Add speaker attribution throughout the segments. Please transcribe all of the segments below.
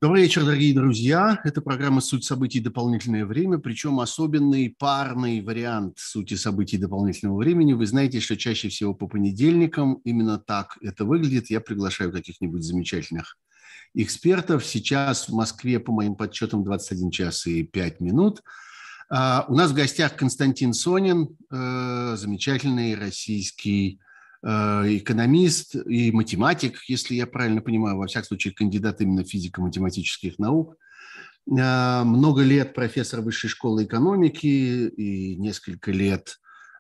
Speaker 1: Добрый вечер, дорогие друзья. Это программа «Суть событий. Дополнительное время», причем особенный парный вариант сути событий дополнительного времени. Вы знаете, что чаще всего по понедельникам именно так это выглядит. Я приглашаю каких-нибудь замечательных экспертов. Сейчас в Москве, по моим подсчетам, 21 час и 5 минут. У нас в гостях Константин Сонин, замечательный российский экономист и математик, если я правильно понимаю, во всяком случае, кандидат именно физико-математических наук. Много лет профессор Высшей школы экономики и несколько лет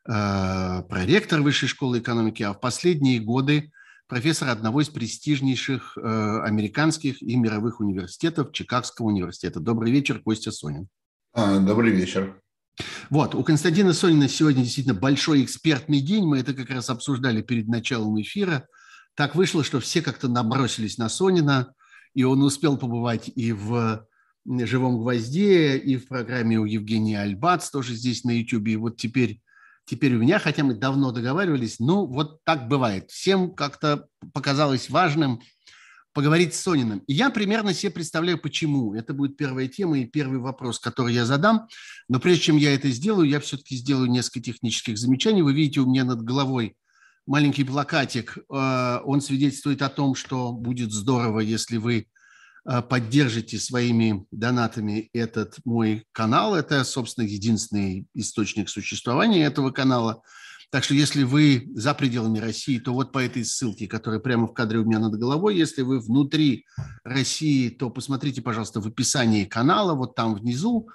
Speaker 1: проректор Высшей школы экономики, а в последние годы профессор одного из престижнейших американских и мировых университетов, Чикагского университета. Добрый вечер, Костя Сонин.
Speaker 2: Добрый вечер.
Speaker 1: Вот, у Константина Сонина сегодня действительно большой экспертный день. Мы это как раз обсуждали перед началом эфира. Так вышло, что все как-то набросились на Сонина, и он успел побывать и в «Живом гвозде», и в программе у Евгения Альбац, тоже здесь на YouTube. И вот теперь у меня, хотя мы давно договаривались, ну вот так бывает. Всем как-то показалось важным поговорить с Сониным. И я примерно себе представляю, почему. Это будет первая тема и первый вопрос, который я задам. Но прежде чем я это сделаю, я все-таки сделаю несколько технических замечаний. Вы видите у меня над головой маленький плакатик. Он свидетельствует о том, что будет здорово, если вы поддержите своими донатами этот мой канал. Это, собственно, единственный источник существования этого канала. Так что если вы за пределами России, то вот по этой ссылке, которая прямо в кадре у меня над головой. Если вы внутри России, то посмотрите, пожалуйста, в описании канала, вот там внизу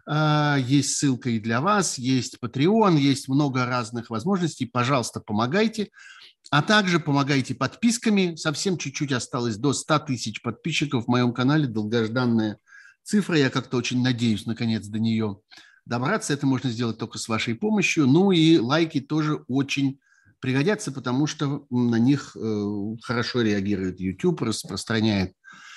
Speaker 1: есть ссылка и для вас, есть Patreon, есть много разных возможностей. Пожалуйста, помогайте. А также помогайте подписками. Совсем чуть-чуть осталось до 100 тысяч подписчиков в моем канале. Долгожданная цифра. Я как-то очень надеюсь, наконец, до нее добраться. Это можно сделать только с вашей помощью. Ну и лайки тоже очень пригодятся, потому что на них хорошо реагирует YouTube, распространяет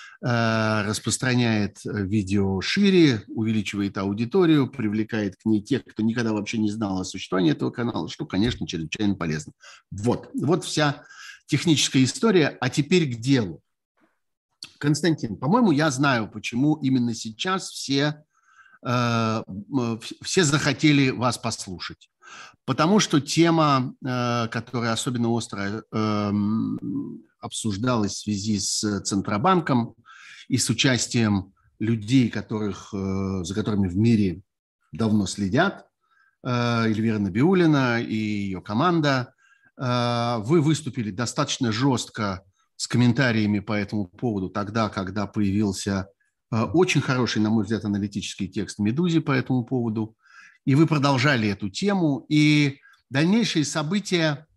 Speaker 1: видео шире, увеличивает аудиторию, привлекает к ней тех, кто никогда вообще не знал о существовании этого канала, что, конечно, чрезвычайно полезно. Вот вся техническая история. А теперь к делу. Константин, по-моему, я знаю, почему именно сейчас все захотели вас послушать. Потому что тема, которая особенно остро обсуждалась в связи с Центробанком и с участием людей, за которыми в мире давно следят, Эльвира Набиуллина и ее команда, вы выступили достаточно жестко с комментариями по этому поводу тогда, когда появился очень хороший, на мой взгляд, аналитический текст «Медузе» по этому поводу. И вы продолжали эту тему. И дальнейшие события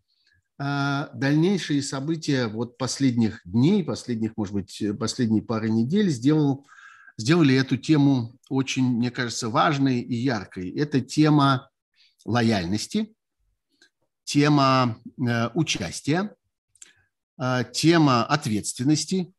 Speaker 1: вот последних дней, может быть, последней пары недель сделали эту тему очень, мне кажется, важной и яркой. Это тема лояльности, тема участия, тема ответственности.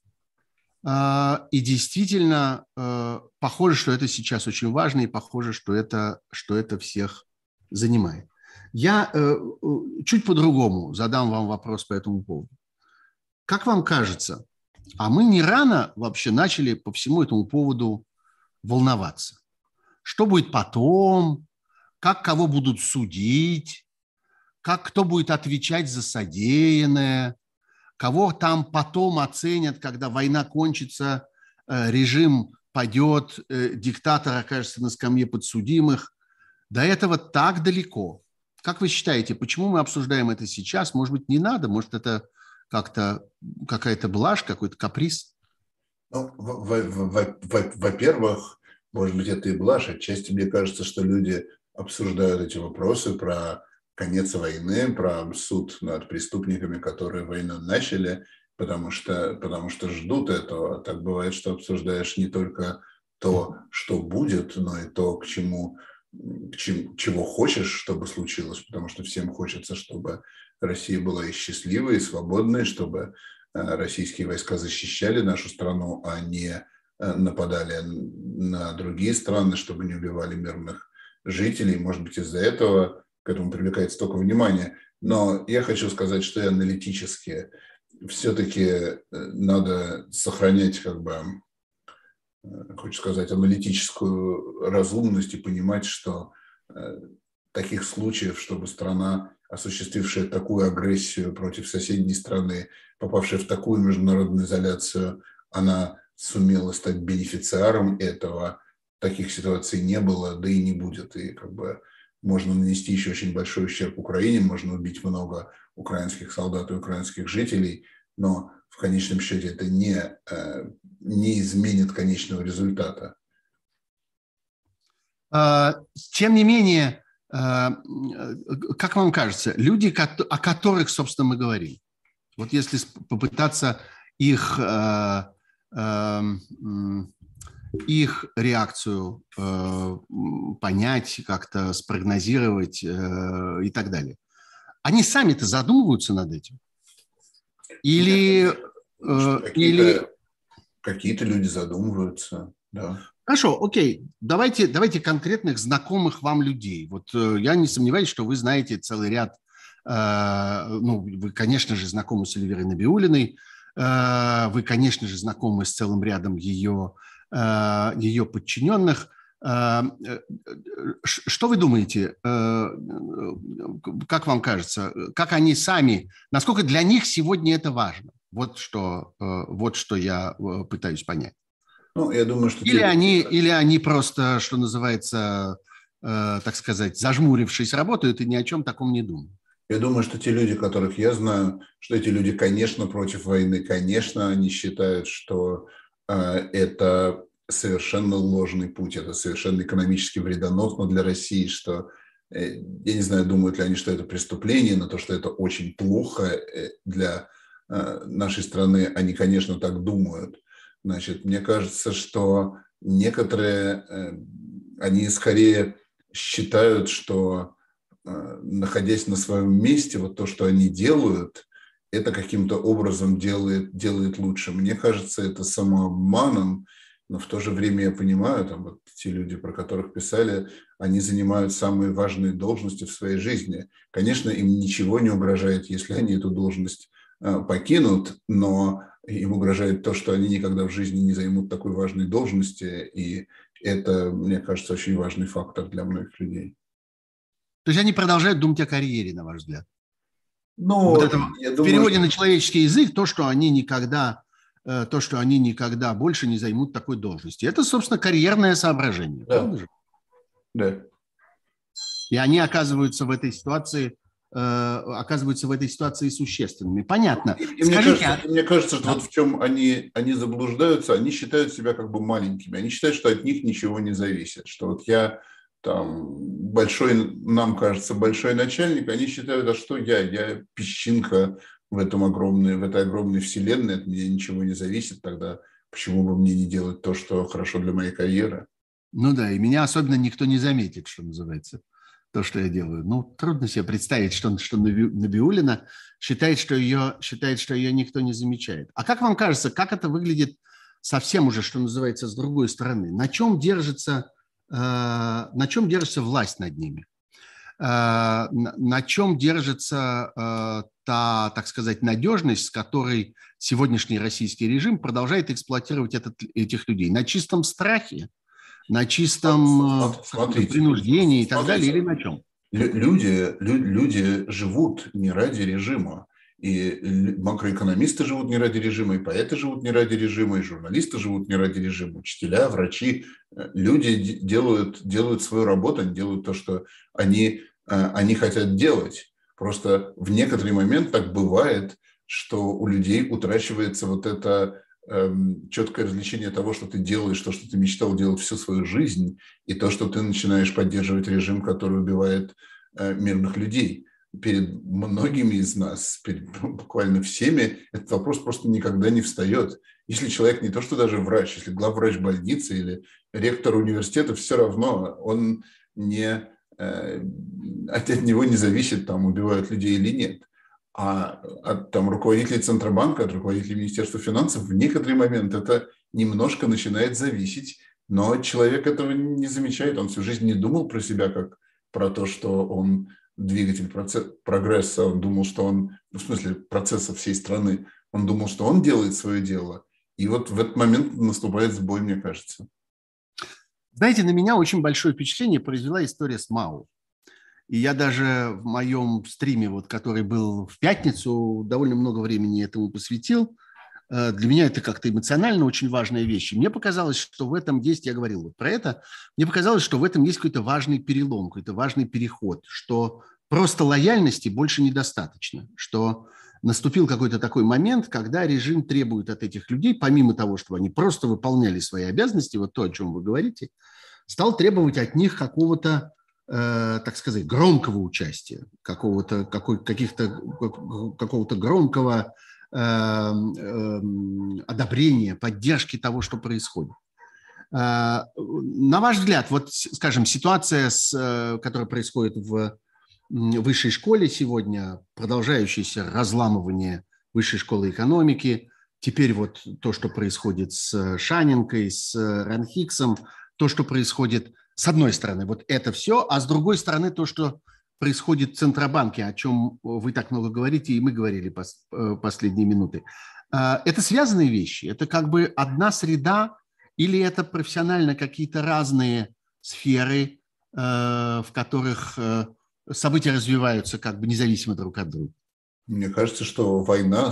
Speaker 1: И действительно, похоже, что это сейчас очень важно, и похоже, что это всех занимает. Я чуть по-другому задам вам вопрос по этому поводу. Как вам кажется, а мы не рано вообще начали по всему этому поводу волноваться? Что будет потом? Как кого будут судить? Кто будет отвечать за содеянное? Кого там потом оценят, когда война кончится, режим падет, диктатор окажется на скамье подсудимых. До этого так далеко. Как вы считаете, почему мы обсуждаем это сейчас? Может быть, не надо? Может, это как-то какая-то блажь, какой-то каприз?
Speaker 2: Ну, во-первых, может быть, это и блажь. Отчасти мне кажется, что люди обсуждают эти вопросы про конец войны, про суд над преступниками, которые войну начали, потому что ждут этого. Так бывает, что обсуждаешь не только то, что будет, но и то, чего хочешь, чтобы случилось, потому что всем хочется, чтобы Россия была и счастливой, и свободной, чтобы российские войска защищали нашу страну, а не нападали на другие страны, чтобы не убивали мирных жителей. Может быть, из-за этого к этому привлекается столько внимания. Но я хочу сказать, что и аналитически все-таки надо сохранять хочется сказать, аналитическую разумность и понимать, что таких случаев, чтобы страна, осуществившая такую агрессию против соседней страны, попавшая в такую международную изоляцию, она сумела стать бенефициаром этого. Таких ситуаций не было, да и не будет. И как бы можно нанести еще очень большой ущерб Украине, можно убить много украинских солдат и украинских жителей, но в конечном счете это не изменит конечного результата.
Speaker 1: Тем не менее, как вам кажется, люди, о которых, собственно, мы говорим, вот если попытаться их реакцию понять, как-то спрогнозировать и так далее, они сами-то задумываются над этим?
Speaker 2: Какие-то люди задумываются, да.
Speaker 1: Хорошо, окей. Давайте конкретных знакомых вам людей. Вот я не сомневаюсь, что вы знаете целый ряд, вы, конечно же, знакомы с Эльвирой Набиуллиной, вы, конечно же, знакомы с целым рядом ее подчиненных. Что вы думаете, как вам кажется, как они сами, насколько для них сегодня это важно? Вот что я пытаюсь понять.
Speaker 2: Ну, я думаю, что
Speaker 1: или они просто, что называется, так сказать, зажмурившись, работают и ни о чем таком не думают.
Speaker 2: Я думаю, что те люди, которых я знаю, что эти люди, конечно, против войны, конечно, они считают, что это совершенно ложный путь, это совершенно экономически вредоносно для России, что, я не знаю, думают ли они, что это преступление, но то, что это очень плохо для нашей страны, они, конечно, так думают. Значит, мне кажется, что некоторые, они скорее считают, что, находясь на своем месте, вот то, что они делают, это каким-то образом делает лучше. Мне кажется, это самообманом, но в то же время я понимаю, там вот те люди, про которых писали, они занимают самые важные должности в своей жизни. Конечно, им ничего не угрожает, если они эту должность покинут, но им угрожает то, что они никогда в жизни не займут такой важной должности, и это, мне кажется, очень важный фактор для многих людей.
Speaker 1: То есть они продолжают думать о карьере, на ваш взгляд?
Speaker 2: Ну,
Speaker 1: вот это, в переводе на человеческий язык, то, что они никогда больше не займут такой должности. Это, собственно, карьерное соображение.
Speaker 2: Да.
Speaker 1: Правда же?
Speaker 2: Да.
Speaker 1: И они оказываются в этой ситуации существенными. Понятно.
Speaker 2: Мне кажется, что вот в чем они заблуждаются, они считают себя как бы маленькими. Они считают, что от них ничего не зависит. Что вот я там нам кажется, большой начальник, они считают, а что я песчинка в этой огромной вселенной, от меня ничего не зависит, тогда почему бы мне не делать то, что хорошо для моей карьеры?
Speaker 1: Ну да, и меня особенно никто не заметит, что называется. То, что я делаю. Ну, трудно себе представить, что Набиуллина считает, что ее никто не замечает. А как вам кажется, как это выглядит совсем уже, что называется, с другой стороны? На чем держится власть над ними? На чем держится та, так сказать, надежность, с которой сегодняшний российский режим продолжает эксплуатировать этих людей? На чистом страхе? На чистом принуждении и так далее, или на чем?
Speaker 2: Люди живут не ради режима. И макроэкономисты живут не ради режима, и поэты живут не ради режима, и журналисты живут не ради режима, учителя, врачи. Люди делают свою работу, они делают то, что они хотят делать. Просто в некоторый момент так бывает, что у людей утрачивается вот это четкое различение того, что ты делаешь, то, что ты мечтал делать всю свою жизнь, и то, что ты начинаешь поддерживать режим, который убивает мирных людей. Перед многими из нас, перед буквально всеми, этот вопрос просто никогда не встает. Если человек не то, что даже врач, если главврач больницы или ректор университета, все равно он от него не зависит, там, убивают людей или нет. А от руководителей Центробанка, от руководителей Министерства финансов в некоторый момент это немножко начинает зависеть, но человек этого не замечает. Он всю жизнь не думал про себя как про то, что он двигатель прогресса, он думал, что он, в смысле процесса всей страны, он думал, что он делает свое дело, И вот в этот момент наступает сбой, мне кажется.
Speaker 1: Знаете, на меня очень большое впечатление произвела история с Мао. И я даже в моем стриме, вот, который был в пятницу, довольно много времени этому посвятил. Для меня это как-то эмоционально очень важная вещь. И мне показалось, что в этом есть, я говорил вот про это, мне показалось, что в этом есть какой-то важный перелом, какой-то важный переход, что просто лояльности больше недостаточно, что наступил какой-то такой момент, когда режим требует от этих людей, помимо того, чтобы они просто выполняли свои обязанности, вот то, о чем вы говорите, стал требовать от них какого-то, так сказать, громкого участия, какого-то громкого одобрения, поддержки того, что происходит. На ваш взгляд, вот, скажем, ситуация, которая происходит в высшей школе сегодня, продолжающееся разламывание высшей школы экономики, теперь вот то, что происходит с Шаненкой, с Ранхиксом, то, что происходит, с одной стороны, вот это все, а с другой стороны, то, что происходит в Центробанке, о чем вы так много говорите, и мы говорили последние минуты. Это связанные вещи? Это как бы одна среда или это профессионально какие-то разные сферы, в которых события развиваются как бы независимо друг от друга?
Speaker 2: Мне кажется, что война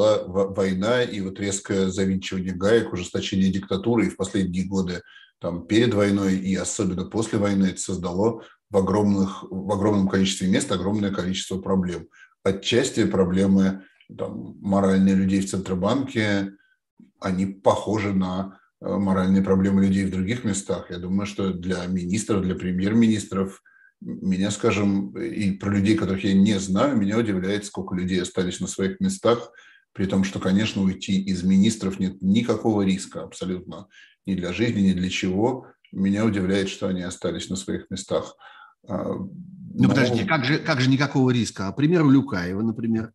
Speaker 2: и вот резкое завинчивание гаек, ужесточение диктатуры и в последние годы, там, перед войной и особенно после войны, это создало в огромном количестве мест огромное количество проблем. Отчасти проблемы там, моральные людей в Центробанке, они похожи на моральные проблемы людей в других местах. Я думаю, что для министров, для премьер-министров, меня, скажем, и про людей, которых я не знаю, меня удивляет, сколько людей остались на своих местах, при том, что, конечно, уйти из министров нет никакого риска абсолютно ни для жизни, ни для чего. Меня удивляет, что они остались на своих местах.
Speaker 1: Ну, подождите, как же никакого риска? А пример Улюкаева, например.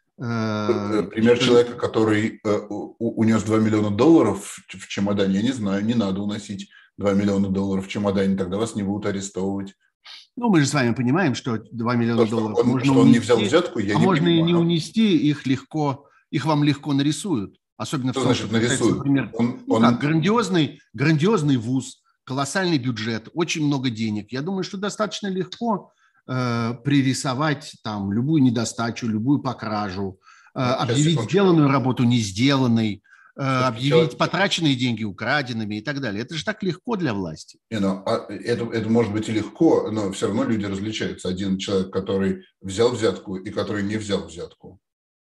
Speaker 2: Пример человека, который унес $2 миллиона в чемодане, я не знаю, не надо уносить $2 миллиона в чемодане, тогда вас не будут арестовывать.
Speaker 1: Ну, мы же с вами понимаем, что $2 миллиона можно
Speaker 2: что
Speaker 1: унести,
Speaker 2: он не взял взятку, я не
Speaker 1: можно
Speaker 2: понимаю.
Speaker 1: И не унести, их вам легко нарисуют. Особенно
Speaker 2: что
Speaker 1: в том,
Speaker 2: значит
Speaker 1: что
Speaker 2: нарисуют?
Speaker 1: Например, грандиозный вуз, колоссальный бюджет, очень много денег. Я думаю, что достаточно легко пририсовать там любую недостачу, любую покражу, объявить сделанную работу не сделанной, объявить потраченные деньги украденными и так далее. Это же так легко для власти.
Speaker 2: Это может быть и легко, но все равно люди различаются. Один человек, который взял взятку и который не взял взятку.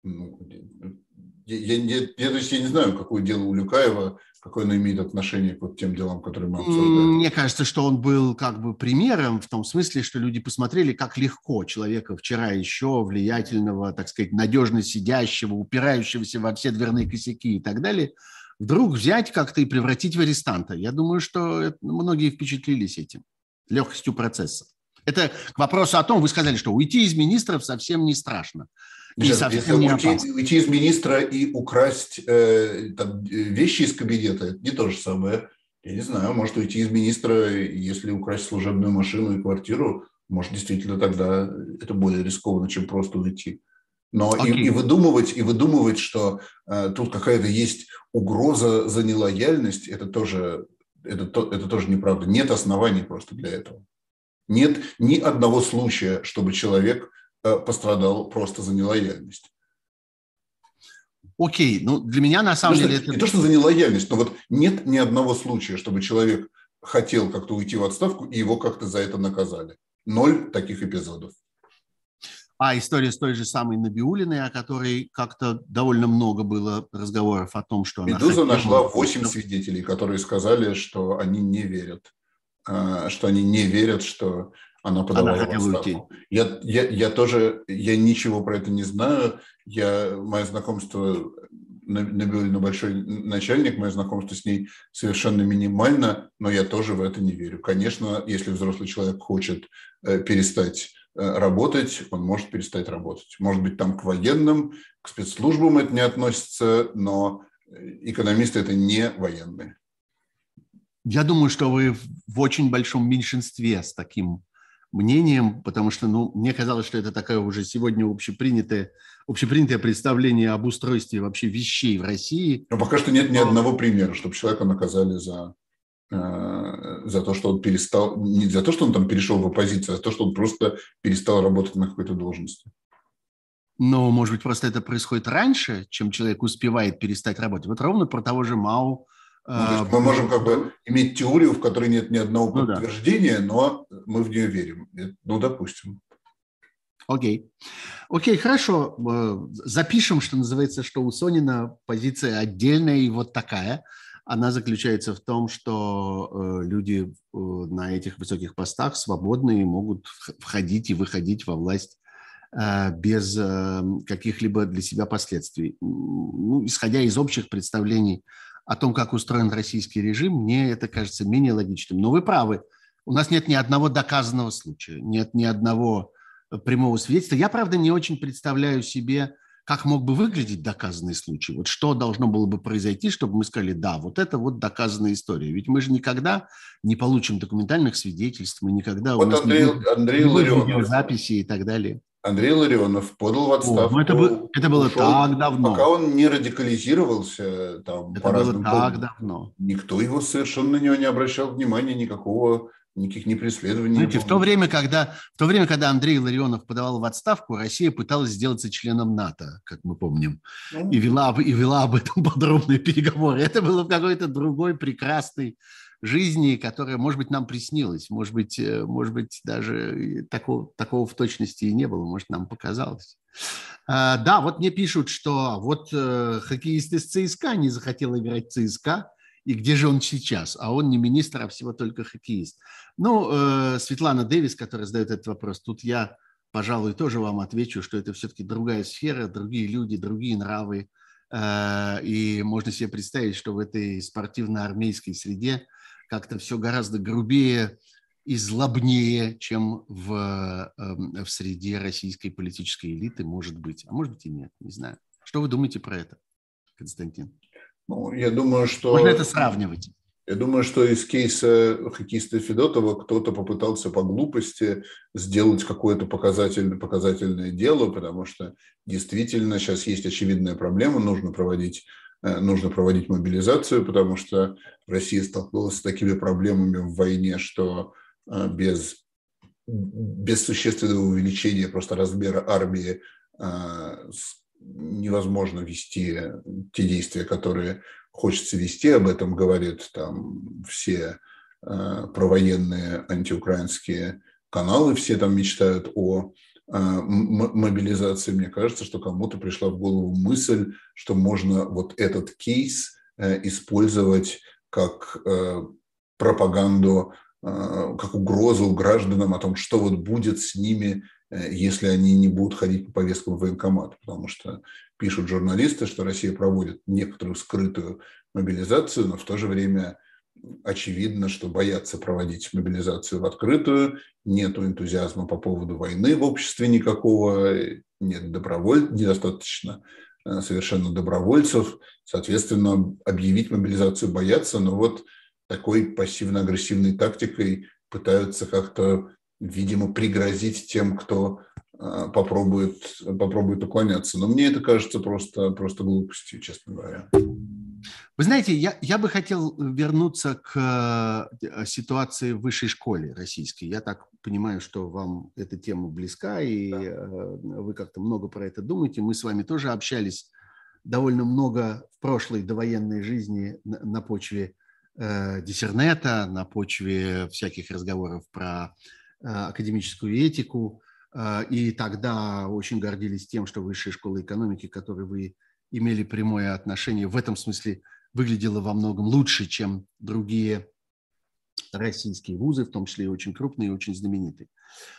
Speaker 2: Я не знаю, какое дело у Улюкаева, какое оно имеет отношение к вот тем делам, которые мы обсуждаем.
Speaker 1: Мне кажется, что он был как бы примером в том смысле, что люди посмотрели, как легко человека вчера еще влиятельного, так сказать, надежно сидящего, упирающегося во все дверные косяки и так далее, вдруг взять как-то и превратить в арестанта. Я думаю, что многие впечатлились этим, легкостью процесса. Это к вопросу о том, вы сказали, что уйти из министров совсем не страшно.
Speaker 2: Если уйти из министра и украсть вещи из кабинета, это не то же самое. Я не знаю, может уйти из министра, если украсть служебную машину и квартиру, может действительно тогда это более рискованно, чем просто уйти. Но и выдумывать, что тут какая-то есть угроза за нелояльность, это тоже неправда. Нет оснований просто для этого. Нет ни одного случая, чтобы человек пострадал просто за нелояльность.
Speaker 1: Окей, ну для меня на самом деле это...
Speaker 2: Не то, что за нелояльность, но вот нет ни одного случая, чтобы человек хотел как-то уйти в отставку, и его как-то за это наказали. 0 таких эпизодов.
Speaker 1: А история с той же самой Набиуллиной, о которой как-то довольно много было разговоров о том, что она...
Speaker 2: «Медуза» нашла 8 свидетелей, которые сказали, что они не верят, что она подавала в отставку. Я ничего про это не знаю. Мое знакомство, Набиуллина большой начальник, мое знакомство с ней совершенно минимально, но я тоже в это не верю. Конечно, если взрослый человек хочет перестать работать, он может перестать работать. Может быть, там к военным, к спецслужбам это не относится, но экономисты – это не военные.
Speaker 1: Я думаю, что вы в очень большом меньшинстве с таким мнением, потому что, мне казалось, что это такое уже сегодня общепринятое представление об устройстве вообще вещей в России.
Speaker 2: Но пока что нет ни одного примера, чтобы человека наказали за то, что он перестал, не за то, что он там перешел в оппозицию, а за то, что он просто перестал работать на какой-то должности.
Speaker 1: Но, может быть, просто это происходит раньше, чем человек успевает перестать работать. Вот ровно про того же Мао.
Speaker 2: То есть мы можем как бы иметь теорию, в которой нет ни одного подтверждения, но мы в нее верим. Допустим.
Speaker 1: Окей, хорошо. Запишем, что называется, что у Сонина позиция отдельная и вот такая. Она заключается в том, что люди на этих высоких постах свободные могут входить и выходить во власть без каких-либо для себя последствий. Исходя из общих представлений о том, как устроен российский режим, мне это кажется менее логичным. Но вы правы, у нас нет ни одного доказанного случая, нет ни одного прямого свидетельства. Я, правда, не очень представляю себе, как мог бы выглядеть доказанный случай. Вот что должно было бы произойти, чтобы мы сказали, да, вот это вот доказанная история. Ведь мы же никогда не получим документальных свидетельств, мы никогда...
Speaker 2: Вот Андрей Ларионов.
Speaker 1: Видеозаписи и так далее.
Speaker 2: Андрей Ларионов подал в отставку.
Speaker 1: Это было
Speaker 2: ушел,
Speaker 1: так давно.
Speaker 2: Пока он не радикализировался там,
Speaker 1: это
Speaker 2: по разным
Speaker 1: так давно.
Speaker 2: Никто его совершенно на него не обращал внимания, никаких непреследований.
Speaker 1: Знаете, в то время, когда Андрей Ларионов подавал в отставку, Россия пыталась сделаться членом НАТО, как мы помним, и вела об этом подробные переговоры. Это было в какой-то другой прекрасной жизни, которая, может быть, нам приснилась, может быть, даже такого в точности и не было, может, нам показалось. Да, вот мне пишут, что вот хоккеист из ЦСКА не захотел играть в ЦСКА, и где же он сейчас? А он не министр, а всего только хоккеист. Светлана Дэвис, которая задает этот вопрос, тут я, пожалуй, тоже вам отвечу, что это все-таки другая сфера, другие люди, другие нравы. И можно себе представить, что в этой спортивно-армейской среде как-то все гораздо грубее и злобнее, чем в среде российской политической элиты, может быть. А может быть и нет, не знаю. Что вы думаете про это, Константин?
Speaker 2: Я думаю, что...
Speaker 1: Можно это сравнивать?
Speaker 2: Я думаю, что из кейса хоккеиста Федотова кто-то попытался по глупости сделать какое-то показательное дело, потому что действительно сейчас есть очевидная проблема, нужно проводить мобилизацию, потому что Россия столкнулась с такими проблемами в войне, что без существенного увеличения просто размера армии невозможно вести те действия, которые хочется вести. Об этом говорят там все провоенные антиукраинские каналы, все там мечтают о мобилизации. Мне кажется, что кому-то пришла в голову мысль, что можно вот этот кейс использовать как пропаганду, как угрозу гражданам о том, что вот будет с ними, если они не будут ходить по повесткам в военкомат. Потому что пишут журналисты, что Россия проводит некоторую скрытую мобилизацию, но в то же время очевидно, что боятся проводить мобилизацию в открытую, нет энтузиазма по поводу войны в обществе никакого, нет недостаточно совершенно добровольцев, соответственно, объявить мобилизацию боятся, но вот такой пассивно-агрессивной тактикой пытаются как-то, видимо, пригрозить тем, кто попробует уклоняться. Но мне это кажется просто глупостью, честно говоря.
Speaker 1: Вы знаете, я бы хотел вернуться к ситуации в высшей школе российской. Я так понимаю, что вам эта тема близка, и вы как-то много про это думаете. Мы с вами тоже общались довольно много в прошлой довоенной жизни на почве диссернета, на почве всяких разговоров про академическую этику. И тогда очень гордились тем, что высшая школа экономики, к которой вы имели прямое отношение, в этом смысле выглядела во многом лучше, чем другие российские вузы, в том числе и очень крупные, и очень знаменитые.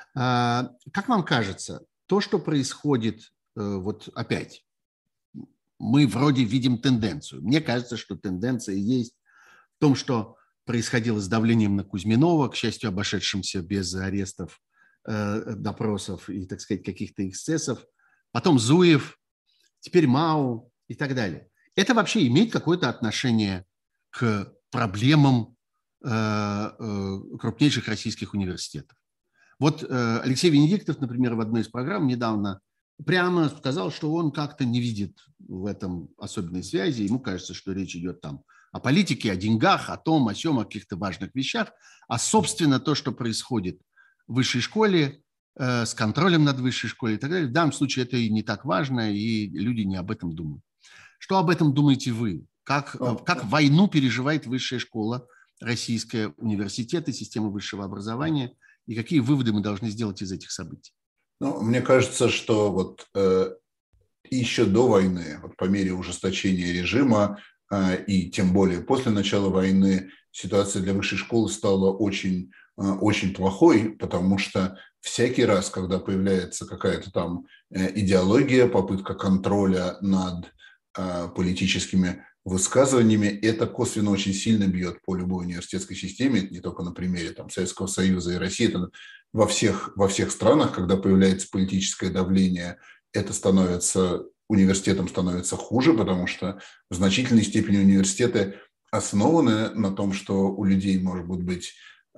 Speaker 1: Как вам кажется, то, что происходит, вот опять, мы вроде видим тенденцию. Мне кажется, что тенденция есть в том, что происходило с давлением на Кузьминова, к счастью, обошедшимся без арестов, допросов и, так сказать, каких-то эксцессов. Потом Зуев, теперь Мау и так далее. Это вообще имеет какое-то отношение к проблемам крупнейших российских университетов? Вот Алексей Венедиктов, например, в одной из программ недавно прямо сказал, что он как-то не видит в этом особенной связи. Ему кажется, что речь идет там о политике, о деньгах, о том, о сём, о каких-то важных вещах. А, собственно, то, что происходит в высшей школе, с контролем над высшей школой и так далее, в данном случае это и не так важно, и люди не об этом думают. Что об этом думаете вы? Как войну переживает высшая школа, российская, университеты, система высшего образования, и какие выводы мы должны сделать из этих событий?
Speaker 2: Ну, мне кажется, что вот еще до войны, вот по мере ужесточения режима и тем более после начала войны, ситуация для высшей школы стала очень, очень плохой, потому что всякий раз, когда появляется какая-то там идеология, попытка контроля над политическими высказываниями, это косвенно очень сильно бьет по любой университетской системе, это не только на примере там, Советского Союза и России, это во всех странах, когда появляется политическое давление, это университетам становится хуже, потому что в значительной степени университеты основаны на том, что у людей может быть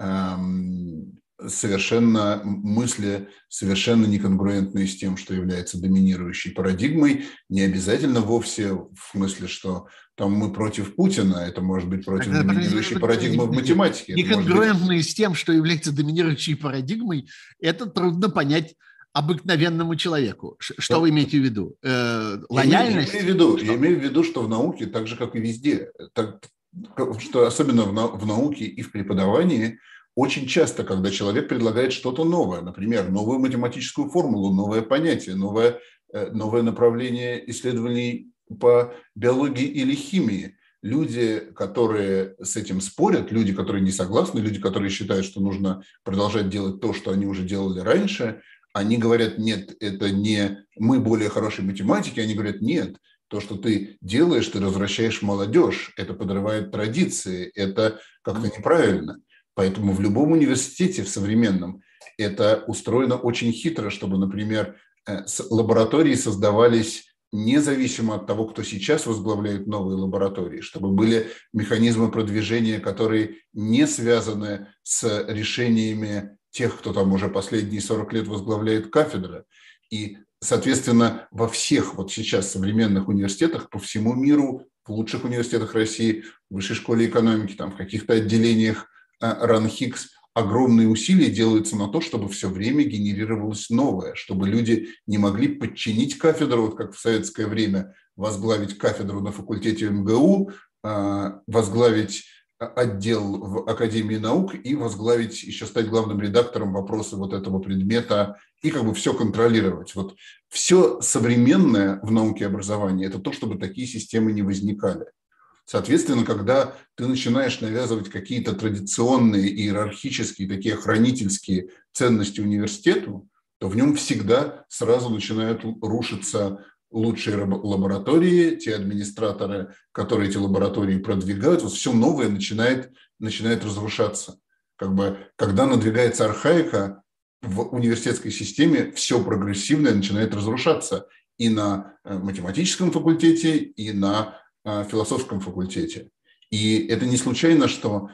Speaker 2: совершенно мысли совершенно неконгруентные с тем, что является доминирующей парадигмой, не обязательно вовсе в смысле, что там мы против Путина, это может быть против доминирующей парадигмы в математике.
Speaker 1: Неконгруентные с тем, что является доминирующей парадигмой, это трудно понять обыкновенному человеку. Что вы имеете в виду? Лояльность?
Speaker 2: Я имею в виду, что в науке, так же, как и везде, что особенно в науке и в преподавании, очень часто, когда человек предлагает что-то новое, например, новую математическую формулу, новое понятие, новое направление исследований по биологии или химии, люди, которые с этим спорят, люди, которые не согласны, люди, которые считают, что нужно продолжать делать то, что они уже делали раньше, они говорят, нет, это не мы более хорошие математики, они говорят, нет, то, что ты делаешь, ты развращаешь молодежь, это подрывает традиции, это как-то неправильно. Поэтому в любом университете, в современном, это устроено очень хитро, чтобы, например, лаборатории создавались независимо от того, кто сейчас возглавляет новые лаборатории, чтобы были механизмы продвижения, которые не связаны с решениями тех, кто там уже последние 40 лет возглавляет кафедры. И, соответственно, во всех вот сейчас современных университетах по всему миру, в лучших университетах России, в Высшей школе экономики, там, в каких-то отделениях РАН-ХИКС, огромные усилия делаются на то, чтобы все время генерировалось новое, чтобы люди не могли подчинить кафедру, вот как в советское время, возглавить кафедру на факультете МГУ, возглавить отдел в Академии наук и возглавить, еще стать главным редактором вопроса вот этого предмета и как бы все контролировать. Вот все современное в науке и образовании – это то, чтобы такие системы не возникали. Соответственно, когда ты начинаешь навязывать какие-то традиционные, иерархические, такие хранительские ценности университету, то в нем всегда сразу начинают рушиться лучшие лаборатории, те администраторы, которые эти лаборатории продвигают, вот все новое начинает разрушаться. Как бы, когда надвигается архаика, в университетской системе все прогрессивное начинает разрушаться и на математическом факультете, и на философском факультете. И это не случайно, что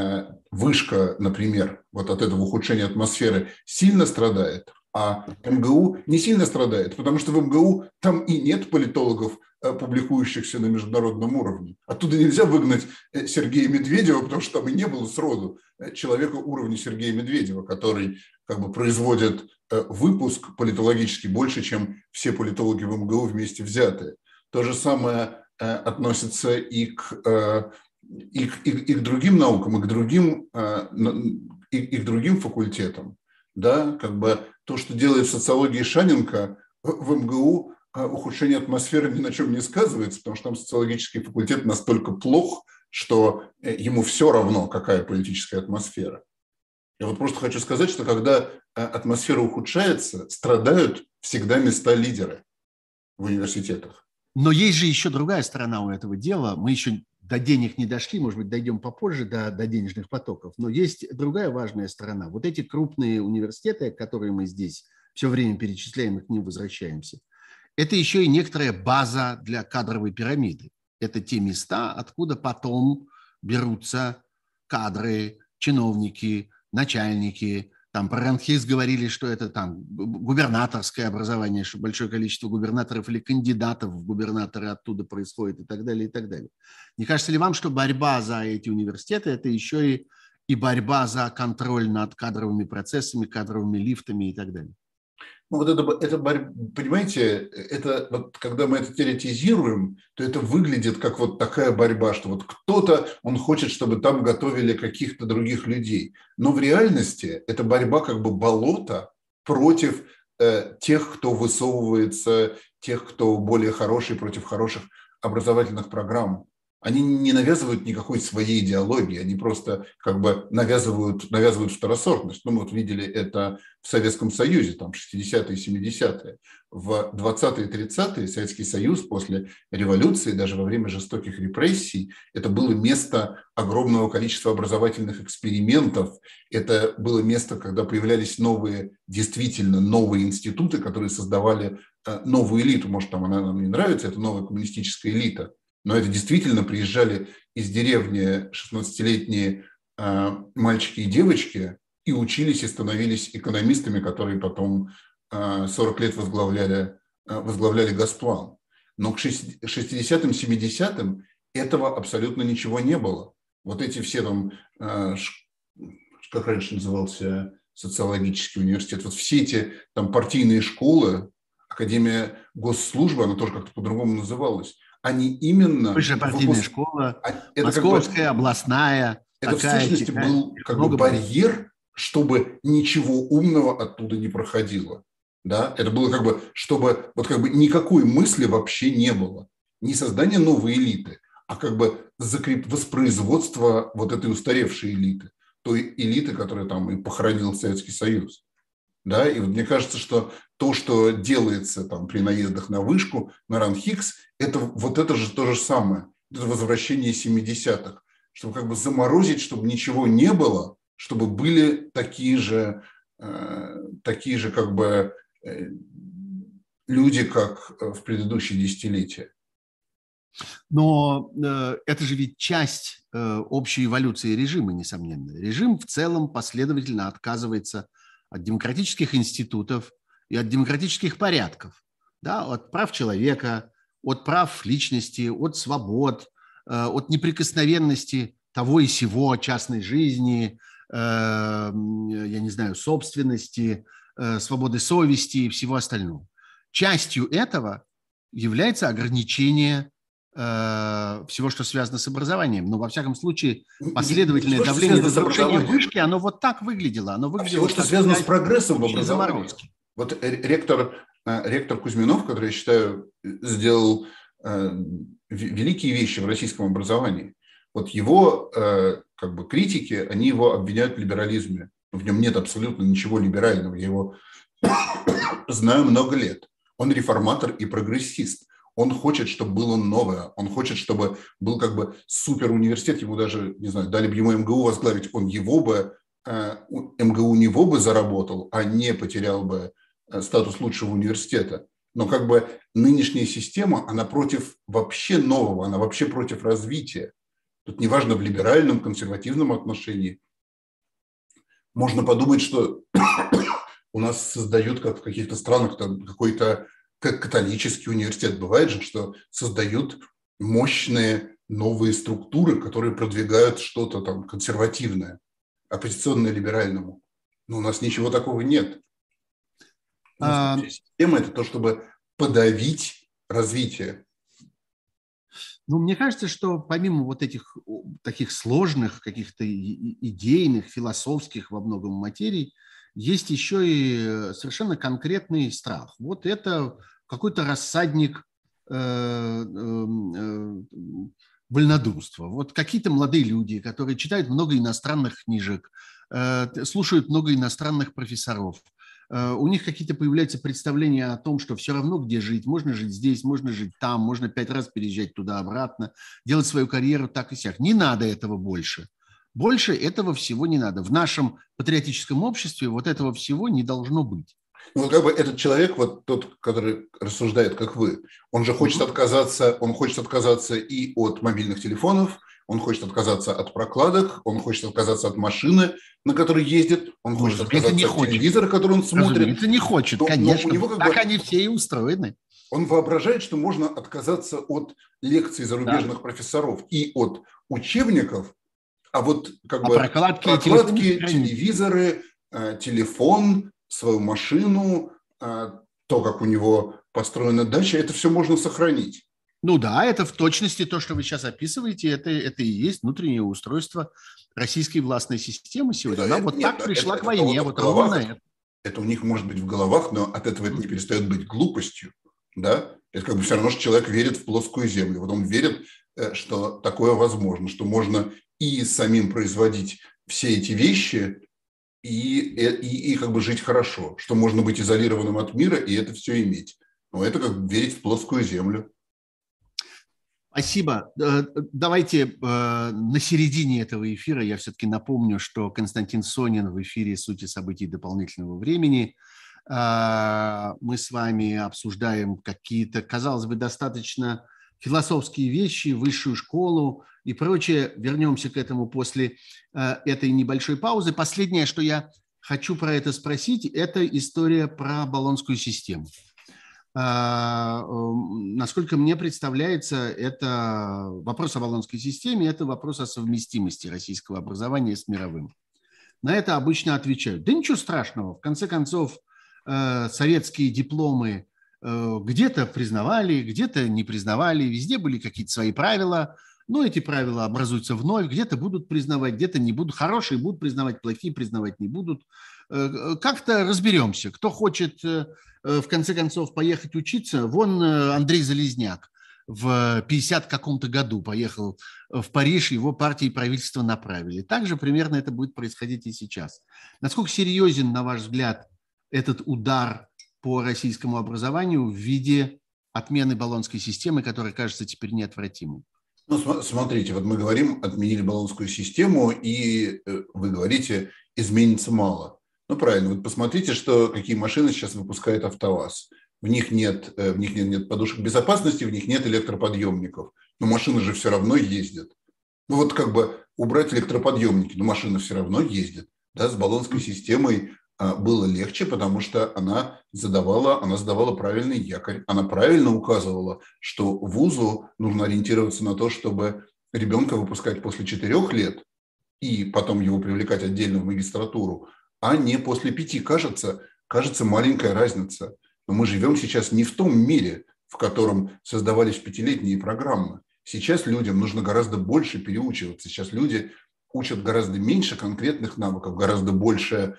Speaker 2: вышка, например, вот от этого ухудшения атмосферы сильно страдает, а МГУ не сильно страдает, потому что в МГУ там и нет политологов, публикующихся на международном уровне. Оттуда нельзя выгнать Сергея Медведева, потому что там и не было сроду человека уровня Сергея Медведева, который как бы производит выпуск политологический больше, чем все политологи в МГУ вместе взятые. То же самое относится и к другим наукам, и к другим факультетам. Да? Как бы то, что делает в социологии Шаненко в МГУ, ухудшение атмосферы ни на чем не сказывается, потому что там социологический факультет настолько плох, что ему все равно, какая политическая атмосфера. Я вот просто хочу сказать, что когда атмосфера ухудшается, страдают всегда места лидера в университетах.
Speaker 1: Но есть же еще другая сторона у этого дела. Мы еще до денег не дошли, может быть, дойдем попозже до денежных потоков. Но есть другая важная сторона. Вот эти крупные университеты, которые мы здесь все время перечисляем и к ним возвращаемся, это еще и некоторая база для кадровой пирамиды. Это те места, откуда потом берутся кадры, чиновники, начальники, Там про РАНХИКС говорили, что это там губернаторское образование, что большое количество губернаторов или кандидатов в губернаторы оттуда происходит и так далее, и так далее. Не кажется ли вам, что борьба за эти университеты – это еще и борьба за контроль над кадровыми процессами, кадровыми лифтами и так далее?
Speaker 2: Ну, вот это понимаете, это вот когда мы это теоретизируем, то это выглядит как вот такая борьба, что вот кто-то, он хочет, чтобы там готовили каких-то других людей. Но в реальности это борьба как бы болота против тех, кто высовывается, тех, кто более хороший, против хороших образовательных программ. Они не навязывают никакой своей идеологии, они просто как бы навязывают второсортность. Ну, мы вот видели это в Советском Союзе, там 60-е, 70-е. В 20-е, 30-е Советский Союз после революции, даже во время жестоких репрессий, это было место огромного количества образовательных экспериментов. Это было место, когда появлялись новые, действительно новые институты, которые создавали новую элиту. Может, там она нам не нравится, это новая коммунистическая элита. Но это действительно приезжали из деревни 16-летние мальчики и девочки и учились, и становились экономистами, которые потом 40 лет возглавляли Госплан. Но к 60-м, 70-м этого абсолютно ничего не было. Вот эти все там, как раньше назывался социологический университет, вот все эти там партийные школы, Академия госслужбы, она тоже как-то по-другому называлась, они именно…
Speaker 1: Высшая партийная школа,
Speaker 2: это
Speaker 1: московская,
Speaker 2: как бы,
Speaker 1: областная.
Speaker 2: это в сущности был как бы барьер, чтобы ничего умного оттуда не проходило. Да? Это было как бы, чтобы вот как бы никакой мысли вообще не было. Не создание новой элиты, а как бы воспроизводство вот этой устаревшей элиты. Той элиты, которая там и похоронил Советский Союз. Да, и вот мне кажется, что то, что делается там при наездах на вышку, на РАНХИКС, это вот это же то же самое. Это возвращение 70-х. Чтобы как бы заморозить, чтобы ничего не было, чтобы были такие же как бы люди, как в предыдущие десятилетия.
Speaker 1: Но это же ведь часть общей эволюции режима, несомненно. Режим в целом последовательно отказывается от демократических институтов и от демократических порядков, да, от прав человека, от прав личности, от свобод, от неприкосновенности того и сего, частной жизни, я не знаю, собственности, свободы совести и всего остального. Частью этого является ограничение всего, что связано с образованием. Но, во всяком случае, последовательное давление на разрушение вышки, оно вот так выглядело. Оно выглядело
Speaker 2: всего, что связано с прогрессом в образовании. Вот ректор Кузьминов, который, я считаю, сделал великие вещи в российском образовании. Вот его как бы критики, они его обвиняют в либерализме. В нем нет абсолютно ничего либерального. Я его знаю много лет. Он реформатор и прогрессист. Он хочет, чтобы было новое. Он хочет, чтобы был как бы суперуниверситет. Ему даже, не знаю, дали бы ему МГУ возглавить. Он его бы, МГУ него бы заработал, а не потерял бы статус лучшего университета. Но как бы нынешняя система, она против вообще нового, она вообще против развития. Тут неважно в либеральном, консервативном отношении. Можно подумать, что у нас создают, как в каких-то странах, там какой-то как католический университет. Бывает же, что создают мощные новые структуры, которые продвигают что-то там консервативное, оппозиционное либеральному. Но у нас ничего такого нет. У нас система – это то, чтобы подавить развитие.
Speaker 1: Ну, мне кажется, что помимо вот этих таких сложных, каких-то идейных, философских во многом материй, есть еще и совершенно конкретный страх. Вот это какой-то рассадник вольнодумства. Вот какие-то молодые люди, которые читают много иностранных книжек, слушают много иностранных профессоров. У них какие-то появляются представления о том, что все равно где жить. Можно жить здесь, можно жить там, можно 5 раз переезжать туда-обратно, делать свою карьеру так и сяк. Не надо этого больше. Больше этого всего не надо. В нашем патриотическом обществе вот этого всего не должно быть.
Speaker 2: Ну, как бы этот человек, вот тот, который рассуждает, как вы, он же хочет отказаться, и от мобильных телефонов, Он хочет отказаться от прокладок, он хочет отказаться от машины, на которой ездит, он хочет отказаться от телевизора, который он смотрит.
Speaker 1: Разумеется, не хочет, конечно.
Speaker 2: Но у него
Speaker 1: так они все и устроены.
Speaker 2: Он воображает, что можно отказаться от лекций зарубежных профессоров и от учебников, а вот прокладки, телевизоры, телефон, свою машину, то, как у него построена дача, это все можно сохранить.
Speaker 1: Ну да, это в точности то, что вы сейчас описываете, это и есть внутреннее устройство российской властной системы сегодня. Она так пришла к войне, вот ровно на это.
Speaker 2: Это у них может быть в головах, но от этого это не перестает быть глупостью. Да? Это все равно, что человек верит в плоскую землю. Вот он верит, что такое возможно, что можно и самим производить все эти вещи, и жить хорошо, что можно быть изолированным от мира и это все иметь. Но это верить в плоскую землю.
Speaker 1: Спасибо. Давайте на середине этого эфира я все-таки напомню, что Константин Сонин в эфире «Сути событий дополнительного времени». Мы с вами обсуждаем какие-то, казалось бы, достаточно философские вещи, высшую школу и прочее. Вернемся к этому после этой небольшой паузы. Последнее, что я хочу про это спросить, это история про Болонскую систему. Насколько мне представляется, это вопрос о Болонской системе, это вопрос о совместимости российского образования с мировым. На это обычно отвечают: да ничего страшного, в конце концов, советские дипломы где-то признавали, где-то не признавали, везде были какие-то свои правила, но эти правила образуются вновь, где-то будут признавать, где-то не будут, хорошие будут признавать, плохие признавать не будут. Как-то разберемся. Кто хочет, в конце концов, поехать учиться, вон Андрей Залезняк в 50 каком-то году поехал в Париж, его партии и правительство направили. Также примерно это будет происходить и сейчас. Насколько серьезен, на ваш взгляд, этот удар по российскому образованию в виде отмены Болонской системы, которая кажется теперь неотвратимой?
Speaker 2: Ну, смотрите, вот мы говорим, отменили Болонскую систему, и вы говорите, изменится мало. Ну, правильно, вот посмотрите, какие машины сейчас выпускает АвтоВАЗ. В них нет подушек безопасности, в них нет электроподъемников. Но машины же все равно ездят. Ну, вот убрать электроподъемники, но машина все равно ездит. Да, с Болонской системой было легче, потому что она задавала правильный якорь. Она правильно указывала, что вузу нужно ориентироваться на то, чтобы ребенка выпускать после 4 лет и потом его привлекать отдельно в магистратуру, а не после 5. Кажется, маленькая разница. Но мы живем сейчас не в том мире, в котором создавались 5-летние программы. Сейчас людям нужно гораздо больше переучиваться. Сейчас люди учат гораздо меньше конкретных навыков, гораздо больше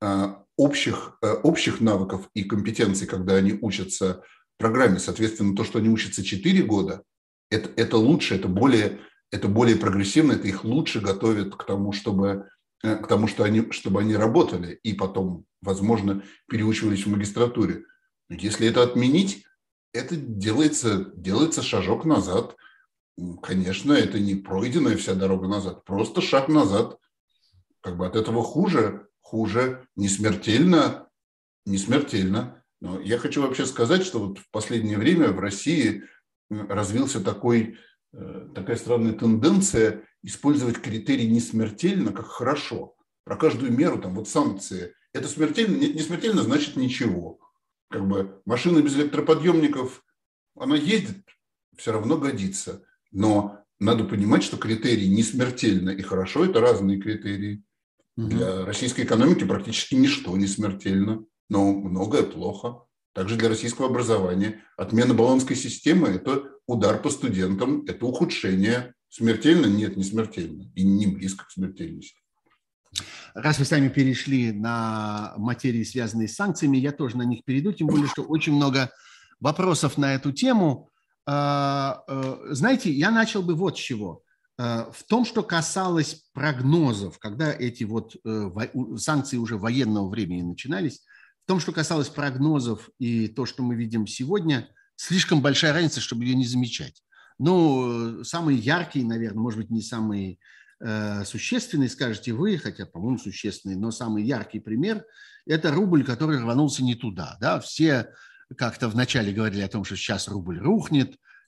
Speaker 2: общих навыков и компетенций, когда они учатся программе. Соответственно, то, что они учатся 4 года, это лучше, это более прогрессивно, это их лучше готовит к тому, чтобы они работали и потом, возможно, переучивались в магистратуре. Но если это отменить, это делается шажок назад. Конечно, это не пройденная вся дорога назад, просто шаг назад. От этого хуже, не смертельно. Но я хочу вообще сказать, что вот в последнее время в России развился такая странная тенденция использовать критерий «не смертельно» как «хорошо». Про каждую меру, санкции. Это смертельно, не смертельно, значит ничего. Машина без электроподъемников, она ездит, все равно годится. Но надо понимать, что критерий «не смертельно» и «хорошо» – это разные критерии. Для российской экономики практически ничто не смертельно, но многое плохо. Также для российского образования. Отмена Болонской системы – это удар по студентам, это ухудшение. Смертельно? Нет, не смертельно. И не близко к смертельности.
Speaker 1: Раз вы сами перешли на материи, связанные с санкциями, я тоже на них перейду, тем более, что очень много вопросов на эту тему. Знаете, я начал бы вот с чего. В том, что касалось прогнозов, когда эти санкции уже военного времени начинались, в том, что касалось прогнозов и то, что мы видим сегодня, слишком большая разница, чтобы ее не замечать. Самый яркий, наверное, может быть, не самый существенный, скажете вы, хотя, по-моему, существенный, но самый яркий пример – это рубль, который рванулся не туда. Да? Все как-то вначале говорили о том, что сейчас рубль рухнет,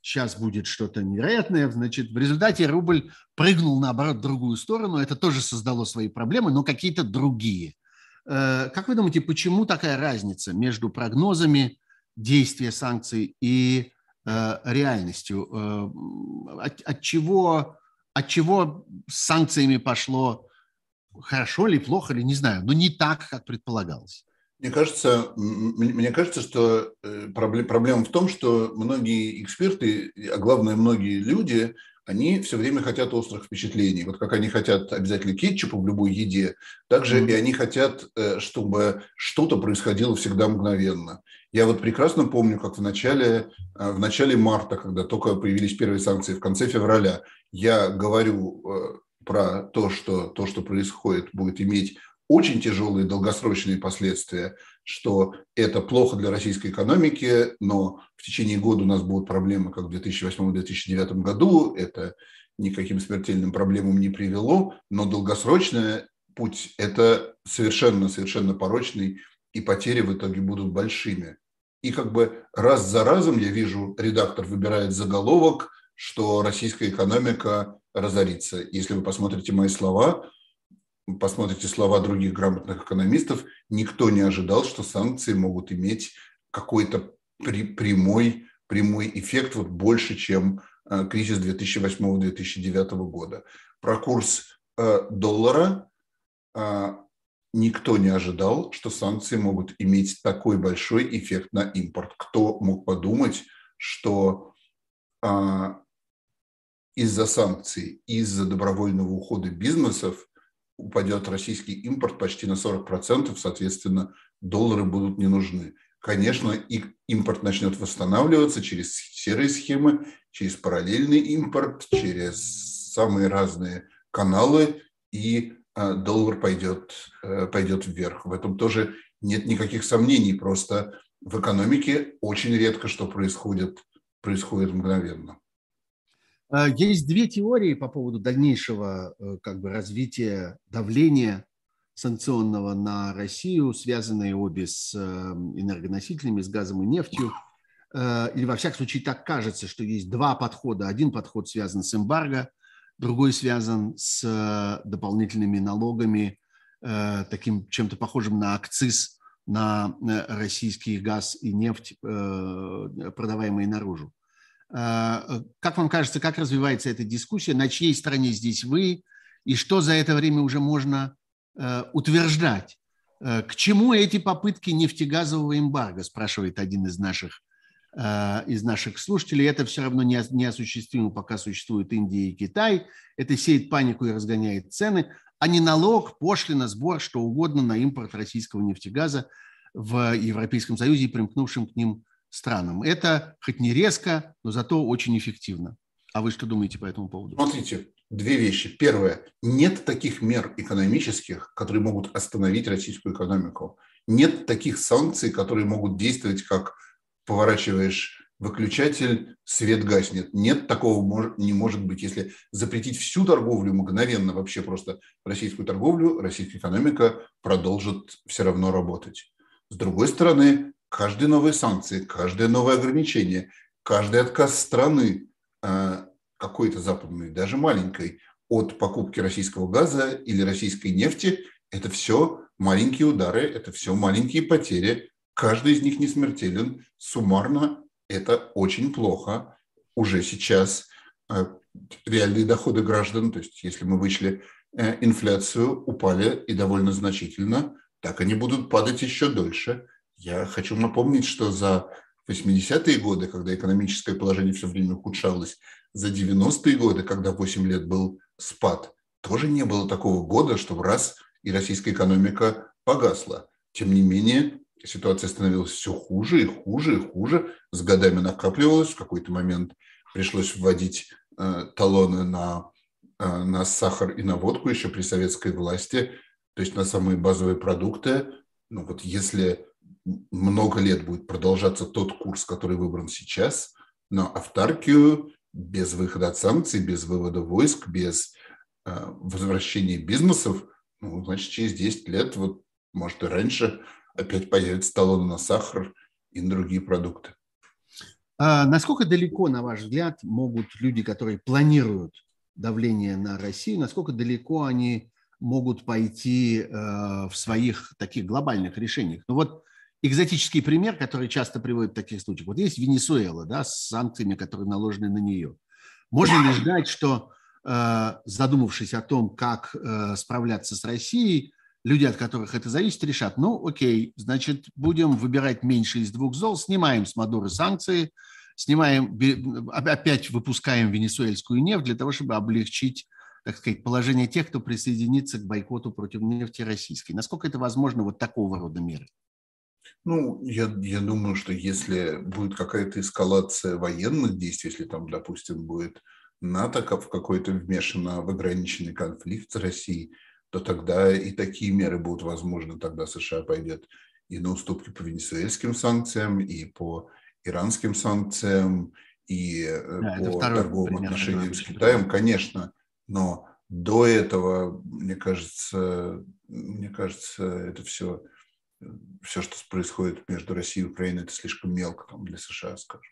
Speaker 1: сейчас будет что-то невероятное. Значит, в результате рубль прыгнул, наоборот, в другую сторону. Это тоже создало свои проблемы, но какие-то другие. Как вы думаете, почему такая разница между прогнозами действия санкций и реальностью? От чего с санкциями пошло хорошо или плохо, или не знаю, но не так, как предполагалось?
Speaker 2: Мне кажется, что проблема в том, что многие эксперты, а главное, многие люди, они все время хотят острых впечатлений. Вот как они хотят обязательно кетчупа в любой еде, так же и они хотят, чтобы что-то происходило всегда мгновенно. Я вот прекрасно помню, как в начале марта, когда только появились первые санкции, в конце февраля, я говорю про то, что происходит, будет иметь очень тяжелые долгосрочные последствия, что это плохо для российской экономики, но в течение года у нас будут проблемы, как в 2008-2009 году, это никаким смертельным проблемам не привело, но долгосрочный путь – это совершенно порочный, и потери в итоге будут большими. И как бы раз за разом я вижу, редактор выбирает заголовок, что российская экономика разорится. Если вы посмотрите мои слова, посмотрите слова других грамотных экономистов, никто не ожидал, что санкции могут иметь какой-то прямой эффект вот больше, чем кризис 2008-2009 года. Про курс доллара никто не ожидал, что санкции могут иметь такой большой эффект на импорт. Кто мог подумать, что из-за санкций, из-за добровольного ухода бизнесов упадет российский импорт почти на 40%, соответственно, доллары будут не нужны. Конечно, и импорт начнет восстанавливаться через серые схемы, через параллельный импорт, через самые разные каналы, и доллар пойдет вверх. В этом тоже нет никаких сомнений, просто в экономике очень редко что происходит мгновенно.
Speaker 1: Есть две теории по поводу дальнейшего развития давления санкционного на Россию, связанные обе с энергоносителями, с газом и нефтью. Или, во всяком случае, так кажется, что есть два подхода. Один подход связан с эмбарго, другой связан с дополнительными налогами, таким чем-то похожим на акциз на российский газ и нефть, продаваемые наружу. Как вам кажется, как развивается эта дискуссия, на чьей стороне здесь вы, и что за это время уже можно утверждать? К чему эти попытки нефтегазового эмбарго, спрашивает один из наших слушателей. Это все равно неосуществимо, пока существуют Индия и Китай. Это сеет панику и разгоняет цены, а не налог, пошлина, сбор, что угодно на импорт российского нефтегаза в Европейском Союзе и примкнувшим к ним странам. Это хоть не резко, но зато очень эффективно. А вы что думаете по этому поводу?
Speaker 2: Смотрите, две вещи. Первое. Нет таких мер экономических, которые могут остановить российскую экономику. Нет таких санкций, которые могут действовать, как поворачиваешь выключатель, свет гаснет. Нет, такого не может быть. Если запретить всю торговлю мгновенно, вообще просто российскую торговлю, российская экономика продолжит все равно работать. С другой стороны, каждые новые санкции, каждое новое ограничение, каждый отказ страны какой-то западной, даже маленькой, от покупки российского газа или российской нефти, это все маленькие удары, это все маленькие потери. Каждый из них не смертелен. Суммарно это очень плохо. Уже сейчас реальные доходы граждан, то есть если мы вычли инфляцию, упали и довольно значительно, так они будут падать еще дольше. Я хочу напомнить, что за 80-е годы, когда экономическое положение все время ухудшалось, за 90-е годы, когда 8 лет был спад, тоже не было такого года, чтобы раз и российская экономика погасла. Тем не менее, ситуация становилась все хуже и хуже и хуже. С годами накапливалась. В какой-то момент пришлось вводить талоны на сахар и на водку еще при советской власти, то есть на самые базовые продукты. Ну вот если много лет будет продолжаться тот курс, который выбран сейчас, на автаркию, без выхода от санкций, без вывода войск, без возвращения бизнесов, ну, значит, через 10 лет, вот, может, и раньше, опять появятся талоны на сахар и на другие продукты.
Speaker 1: Насколько далеко, на ваш взгляд, могут люди, которые планируют давление на Россию, насколько далеко они могут пойти в своих таких глобальных решениях? Ну вот экзотический пример, который часто приводят в таких случаях. Вот есть Венесуэла, да, с санкциями, которые наложены на нее. Можно ли ждать, что, задумавшись о том, как справляться с Россией, люди, от которых это зависит, решат, ну, окей, значит, будем выбирать меньше из двух зол, снимаем с Мадуры санкции, опять выпускаем венесуэльскую нефть для того, чтобы облегчить, так сказать, положение тех, кто присоединится к бойкоту против нефти российской. Насколько это возможно вот такого рода меры?
Speaker 2: Ну, я думаю, что если будет какая-то эскалация военных действий, если там, допустим, будет НАТО в какой-то вмешано в ограниченный конфликт с Россией, то тогда и такие меры будут возможны. Тогда США пойдет и на уступки по венесуэльским санкциям, и по иранским санкциям, и
Speaker 1: Да, это
Speaker 2: по
Speaker 1: второй
Speaker 2: торговым
Speaker 1: пример, который
Speaker 2: отношениям с
Speaker 1: обычно
Speaker 2: Китаем,
Speaker 1: приводят.
Speaker 2: конечно, но до этого, мне кажется, это все, что происходит между Россией и Украиной, это слишком мелко там, для США, скажем.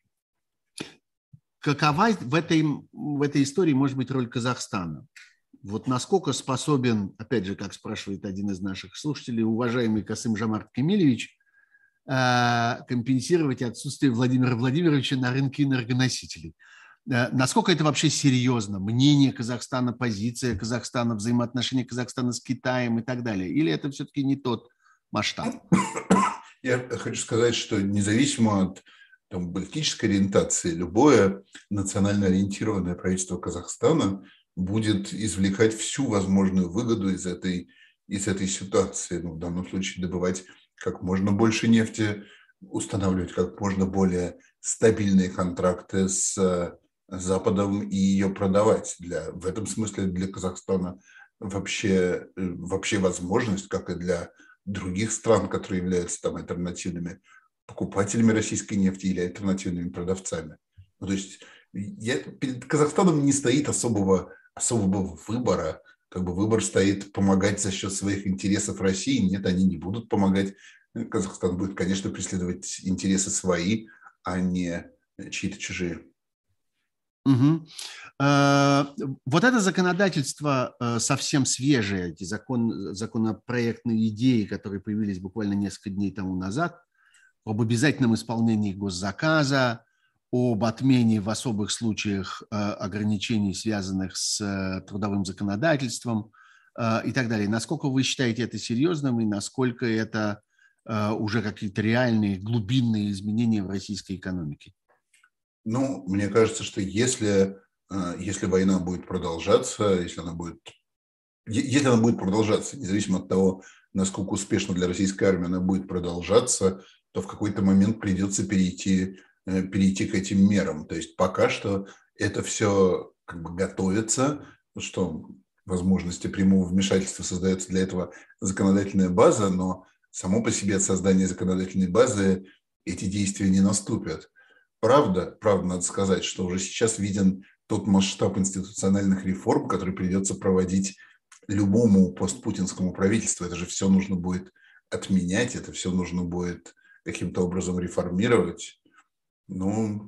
Speaker 1: Какова в этой истории может быть роль Казахстана? Вот насколько способен, опять же, как спрашивает один из наших слушателей, уважаемый Касым-Жомарт Кемелевич, компенсировать отсутствие Владимира Владимировича на рынке энергоносителей? Насколько это вообще серьезно? Мнение Казахстана, позиция Казахстана, взаимоотношения Казахстана с Китаем и так далее? Или это все-таки не тот масштаб?
Speaker 2: Я хочу сказать, что независимо от там, политической ориентации, любое национально ориентированное правительство Казахстана будет извлекать всю возможную выгоду из этой ситуации. Ну, в данном случае добывать как можно больше нефти, устанавливать как можно более стабильные контракты с Западом и ее продавать. В этом смысле для Казахстана вообще возможность, как и для других стран, которые являются там альтернативными покупателями российской нефти или альтернативными продавцами. Ну, то есть перед Казахстаном не стоит особого выбора. Как бы выбор стоит помогать за счет своих интересов России. Нет, они не будут помогать. Казахстан будет, конечно, преследовать интересы свои, а не чьи-то чужие.
Speaker 1: Угу. Вот это законодательство совсем свежее, эти законопроектные идеи, которые появились буквально несколько дней тому назад, об обязательном исполнении госзаказа, об отмене в особых случаях ограничений, связанных с трудовым законодательством и так далее. Насколько вы считаете это серьезным и насколько это уже какие-то реальные глубинные изменения в российской экономике?
Speaker 2: Ну, мне кажется, что если война будет продолжаться, если она будет продолжаться, независимо от того, насколько успешно для российской армии она будет продолжаться, то в какой-то момент придется перейти к этим мерам. То есть пока что это все как бы готовится, что возможности прямого вмешательства создается для этого законодательная база, но само по себе от создания законодательной базы эти действия не наступят. Правда, надо сказать, что уже сейчас виден тот масштаб институциональных реформ, который придется проводить любому постпутинскому правительству. Это же все нужно будет отменять, это все нужно будет каким-то образом реформировать. Ну,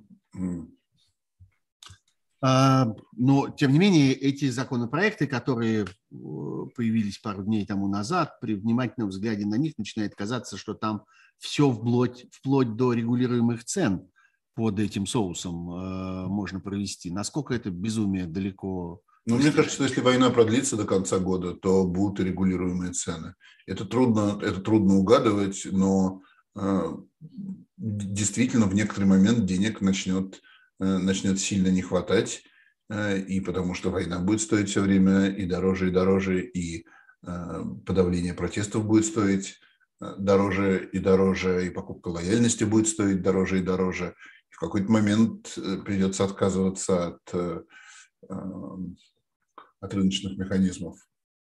Speaker 1: но, тем не менее, эти законопроекты, которые появились пару дней тому назад, при внимательном взгляде на них начинает казаться, что там все вплоть до регулируемых цен под этим соусом можно провести. Насколько это безумие далеко?
Speaker 2: Но мне кажется, что если война продлится до конца года, то будут и регулируемые цены. Это трудно угадывать, но действительно в некоторый момент денег начнет сильно не хватать, и потому что война будет стоить все время и дороже, и подавление протестов будет стоить дороже, и покупка лояльности будет стоить дороже. И в какой-то момент придется отказываться от рыночных механизмов.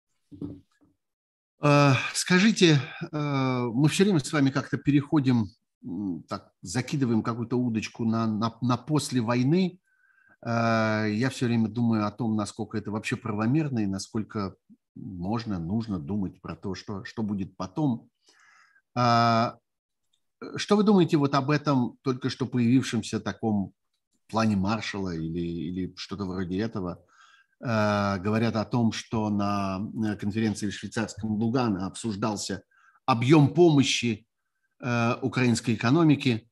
Speaker 1: Скажите, мы все время с вами как-то переходим, так, закидываем какую-то удочку на после войны. Я все время думаю о том, насколько это вообще правомерно и насколько нужно думать про то, что будет потом. Что вы думаете вот об этом только что появившемся таком плане Маршалла или что-то вроде этого? Говорят о том, что на конференции в швейцарском Лугано обсуждался объем помощи украинской экономике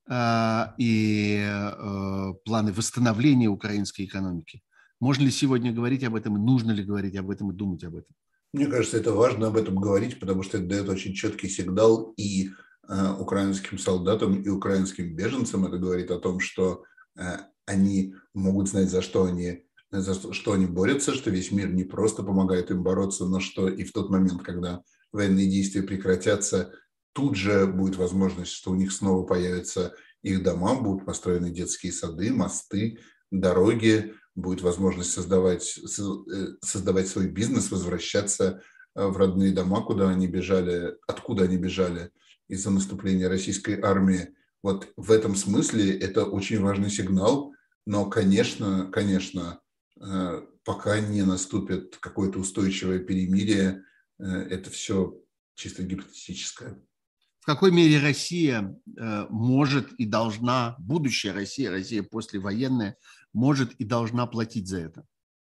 Speaker 1: и планы восстановления украинской экономики. Можно ли сегодня говорить об этом, и нужно ли говорить об этом, и думать об этом?
Speaker 2: Мне кажется, это важно об этом говорить, потому что это дает очень четкий сигнал и украинским солдатам, и украинским беженцам. Это говорит о том, что они могут знать, за что они борются, что весь мир не просто помогает им бороться, но что и в тот момент, когда военные действия прекратятся, тут же будет возможность, что у них снова появятся их дома, будут построены детские сады, мосты, дороги, будет возможность создавать свой бизнес, возвращаться в родные дома, откуда они бежали из-за наступления российской армии. Вот в этом смысле это очень важный сигнал, но, конечно, пока не наступит какое-то устойчивое перемирие, это все чисто гипотетическое.
Speaker 1: В какой мере Россия может и должна, будущая Россия послевоенная, может и должна платить за это,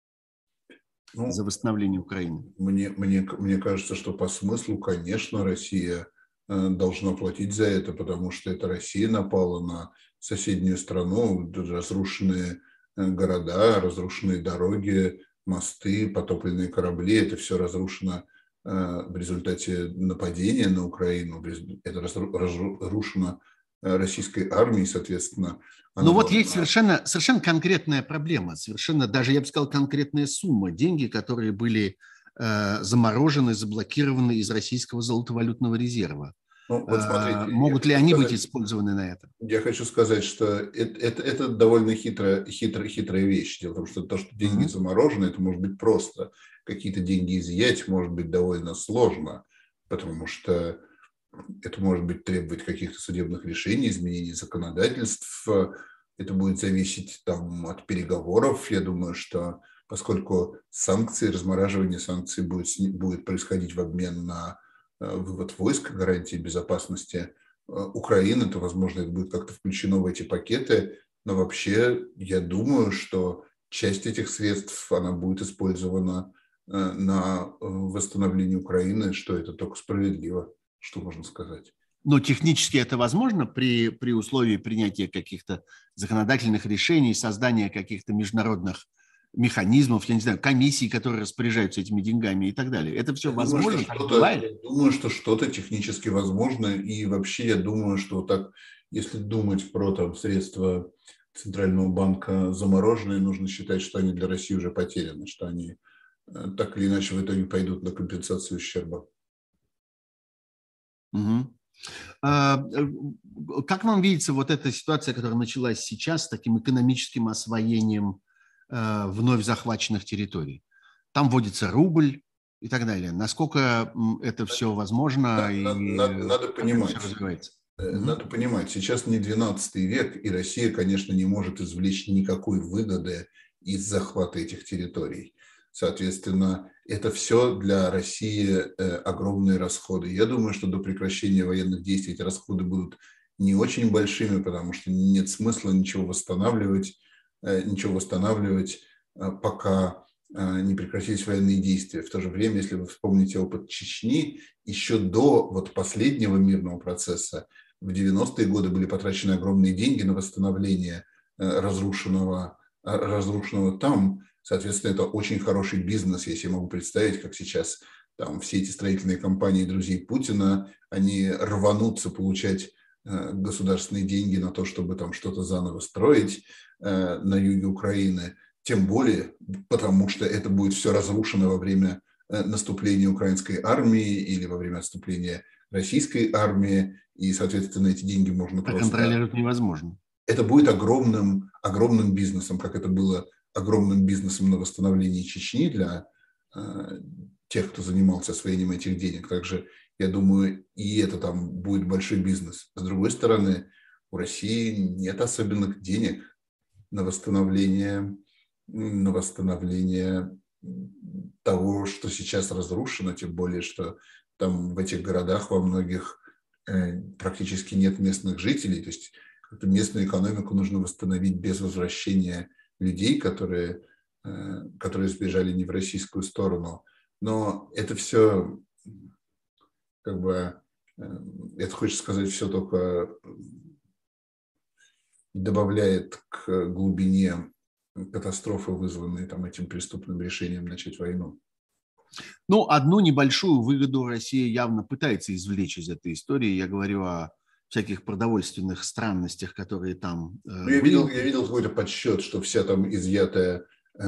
Speaker 1: за восстановление Украины?
Speaker 2: Мне кажется, что по смыслу, конечно, Россия должна платить за это, потому что это Россия напала на соседнюю страну, разрушенные города, разрушенные дороги, мосты, потопленные корабли, это все разрушено в результате нападения на Украину, это разрушено российской армией, соответственно.
Speaker 1: Но вот есть совершенно конкретная проблема, совершенно даже, я бы сказал, конкретная сумма, деньги, которые были заморожены, заблокированы из российского золотовалютного резерва.
Speaker 2: Ну, вот смотрите,
Speaker 1: могут ли они быть использованы на это?
Speaker 2: Я хочу сказать, что это довольно хитрая вещь. Дело в том, что то, что деньги заморожены, это может быть просто. Какие-то деньги изъять может быть довольно сложно, потому что это может быть требовать каких-то судебных решений, изменений законодательств. Это будет зависеть от переговоров. Я думаю, что поскольку размораживание санкций будет происходить в обмен на вывод войск, гарантии безопасности Украины, то, возможно, это будет как-то включено в эти пакеты. Но вообще, я думаю, что часть этих средств, она будет использована на восстановление Украины, что это только справедливо, что можно сказать.
Speaker 1: Но технически это возможно при условии принятия каких-то законодательных решений, создания каких-то международных механизмов, я не знаю, комиссий, которые распоряжаются этими деньгами и так далее. Это все возможно?
Speaker 2: Я думаю, что что-то технически возможно. И вообще я думаю, что если думать про средства Центрального банка замороженные, нужно считать, что они для России уже потеряны, что они так или иначе в итоге пойдут на компенсацию ущерба.
Speaker 1: Угу. Как вам видится вот эта ситуация, которая началась сейчас с таким экономическим освоением вновь захваченных территорий? Там вводится рубль и так далее. Насколько это все возможно?
Speaker 2: Надо понимать. Надо понимать, сейчас не 12 век, и Россия, конечно, не может извлечь никакой выгоды из захвата этих территорий. Соответственно, это все для России огромные расходы. Я думаю, что до прекращения военных действий эти расходы будут не очень большими, потому что нет смысла ничего восстанавливать, пока не прекратились военные действия. В то же время, если вы вспомните опыт Чечни, еще до последнего мирного процесса, в 90-е годы были потрачены огромные деньги на восстановление разрушенного там. Соответственно, это очень хороший бизнес. Я себе могу представить, как сейчас все эти строительные компании друзей Путина, они рванутся получать государственные деньги на то, чтобы что-то заново строить на юге Украины. Тем более, потому что это будет все разрушено во время наступления украинской армии или во время отступления российской армии, и, соответственно, эти деньги можно просто...
Speaker 1: Контролировать невозможно.
Speaker 2: Это будет огромным бизнесом, как это было огромным бизнесом на восстановлении Чечни для тех, кто занимался освоением этих денег. Также, я думаю, и это будет большой бизнес. С другой стороны, у России нет особенных денег на восстановление того, что сейчас разрушено, тем более, что в этих городах во многих практически нет местных жителей, то есть местную экономику нужно восстановить без возвращения людей, которые сбежали не в российскую сторону. Но это все, как бы, это хочется сказать, все только добавляет к глубине катастрофы, вызванной этим преступным решением начать войну.
Speaker 1: Ну, одну небольшую выгоду Россия явно пытается извлечь из этой истории. Я говорю о всяких продовольственных странностях, которые там
Speaker 2: я видел какой-то подсчет, что вся там изъятое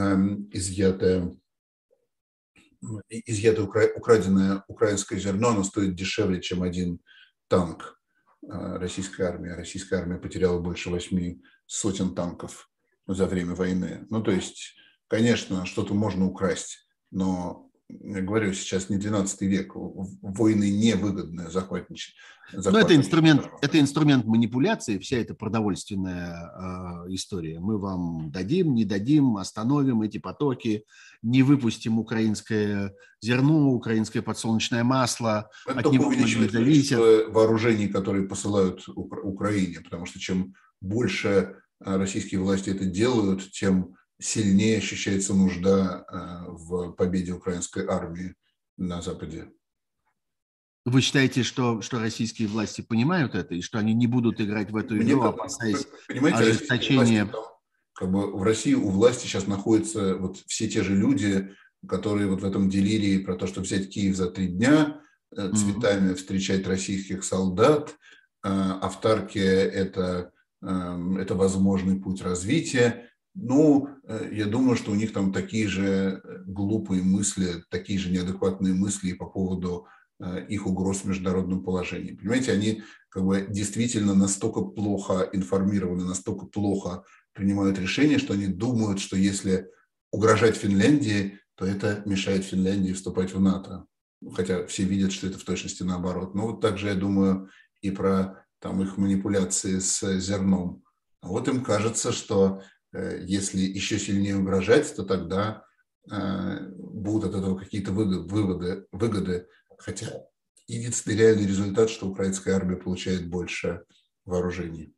Speaker 2: украденное украинское зерно, оно стоит дешевле, чем один танк российской армии. Российская армия потеряла больше 8 сотен танков за время войны. Ну, то есть, конечно, что-то можно украсть, но, я говорю, сейчас не 12 век, войны невыгодные, захватничать.
Speaker 1: Но это инструмент манипуляции, вся эта продовольственная история. Мы вам дадим, не дадим, остановим эти потоки, не выпустим украинское зерно, украинское подсолнечное масло.
Speaker 2: Это только увеличивает количество вооружений, которые посылают Украине, потому что чем больше российские власти это делают, тем сильнее ощущается нужда в победе украинской армии на Западе.
Speaker 1: Вы считаете, что российские власти понимают это, и что они не будут играть в эту игру, опасаясь ожесточения?
Speaker 2: В России у власти сейчас находятся все те же люди, которые в этом делирии про то, что взять Киев за 3 дня, цветами встречать российских солдат, автаркия – это возможный путь развития. Ну, я думаю, что у них там такие же глупые мысли, такие же неадекватные мысли по поводу их угроз в международном положении. Понимаете, они действительно настолько плохо информированы, настолько плохо принимают решения, что они думают, что если угрожать Финляндии, то это мешает Финляндии вступать в НАТО. Хотя все видят, что это в точности наоборот. Но также я думаю и про их манипуляции с зерном. Вот им кажется, что если еще сильнее угрожать, то тогда будут от этого какие-то выгоды. Хотя единственный реальный результат, что украинская армия получает больше вооружений.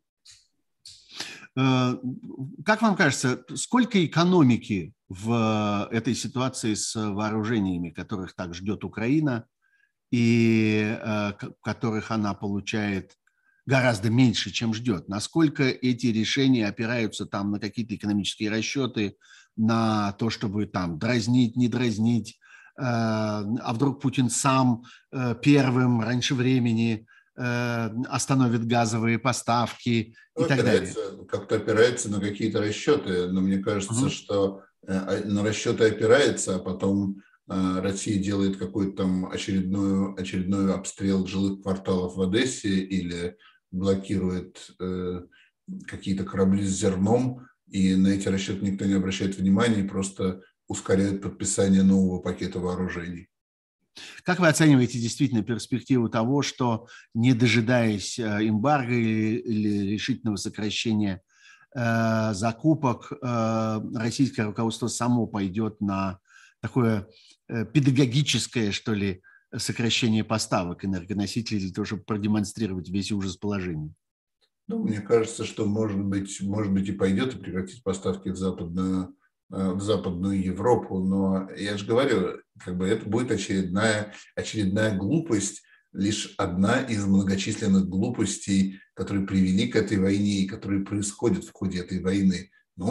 Speaker 1: Как вам кажется, сколько экономики в этой ситуации с вооружениями, которых так ждет Украина, и которых она получает гораздо меньше, чем ждет? Насколько эти решения опираются на какие-то экономические расчеты, на то, чтобы дразнить, не дразнить, а вдруг Путин сам первым, раньше времени остановит газовые поставки и так далее?
Speaker 2: Как-то опирается на какие-то расчеты, но мне кажется, что на расчеты опирается, а потом Россия делает какой-то очередной обстрел жилых кварталов в Одессе или блокирует какие-то корабли с зерном, и на эти расчеты никто не обращает внимания, просто ускоряют подписание нового пакета вооружений.
Speaker 1: Как вы оцениваете действительно перспективу того, что, не дожидаясь эмбарго или решительного сокращения закупок, российское руководство само пойдет на такое педагогическое, что ли, сокращение поставок энергоносителей для того, чтобы продемонстрировать весь ужас положения?
Speaker 2: Мне кажется, что может быть и пойдет и прекратить поставки в Западную Европу, но я же говорю, это будет очередная глупость, лишь одна из многочисленных глупостей, которые привели к этой войне и которые происходят в ходе этой войны.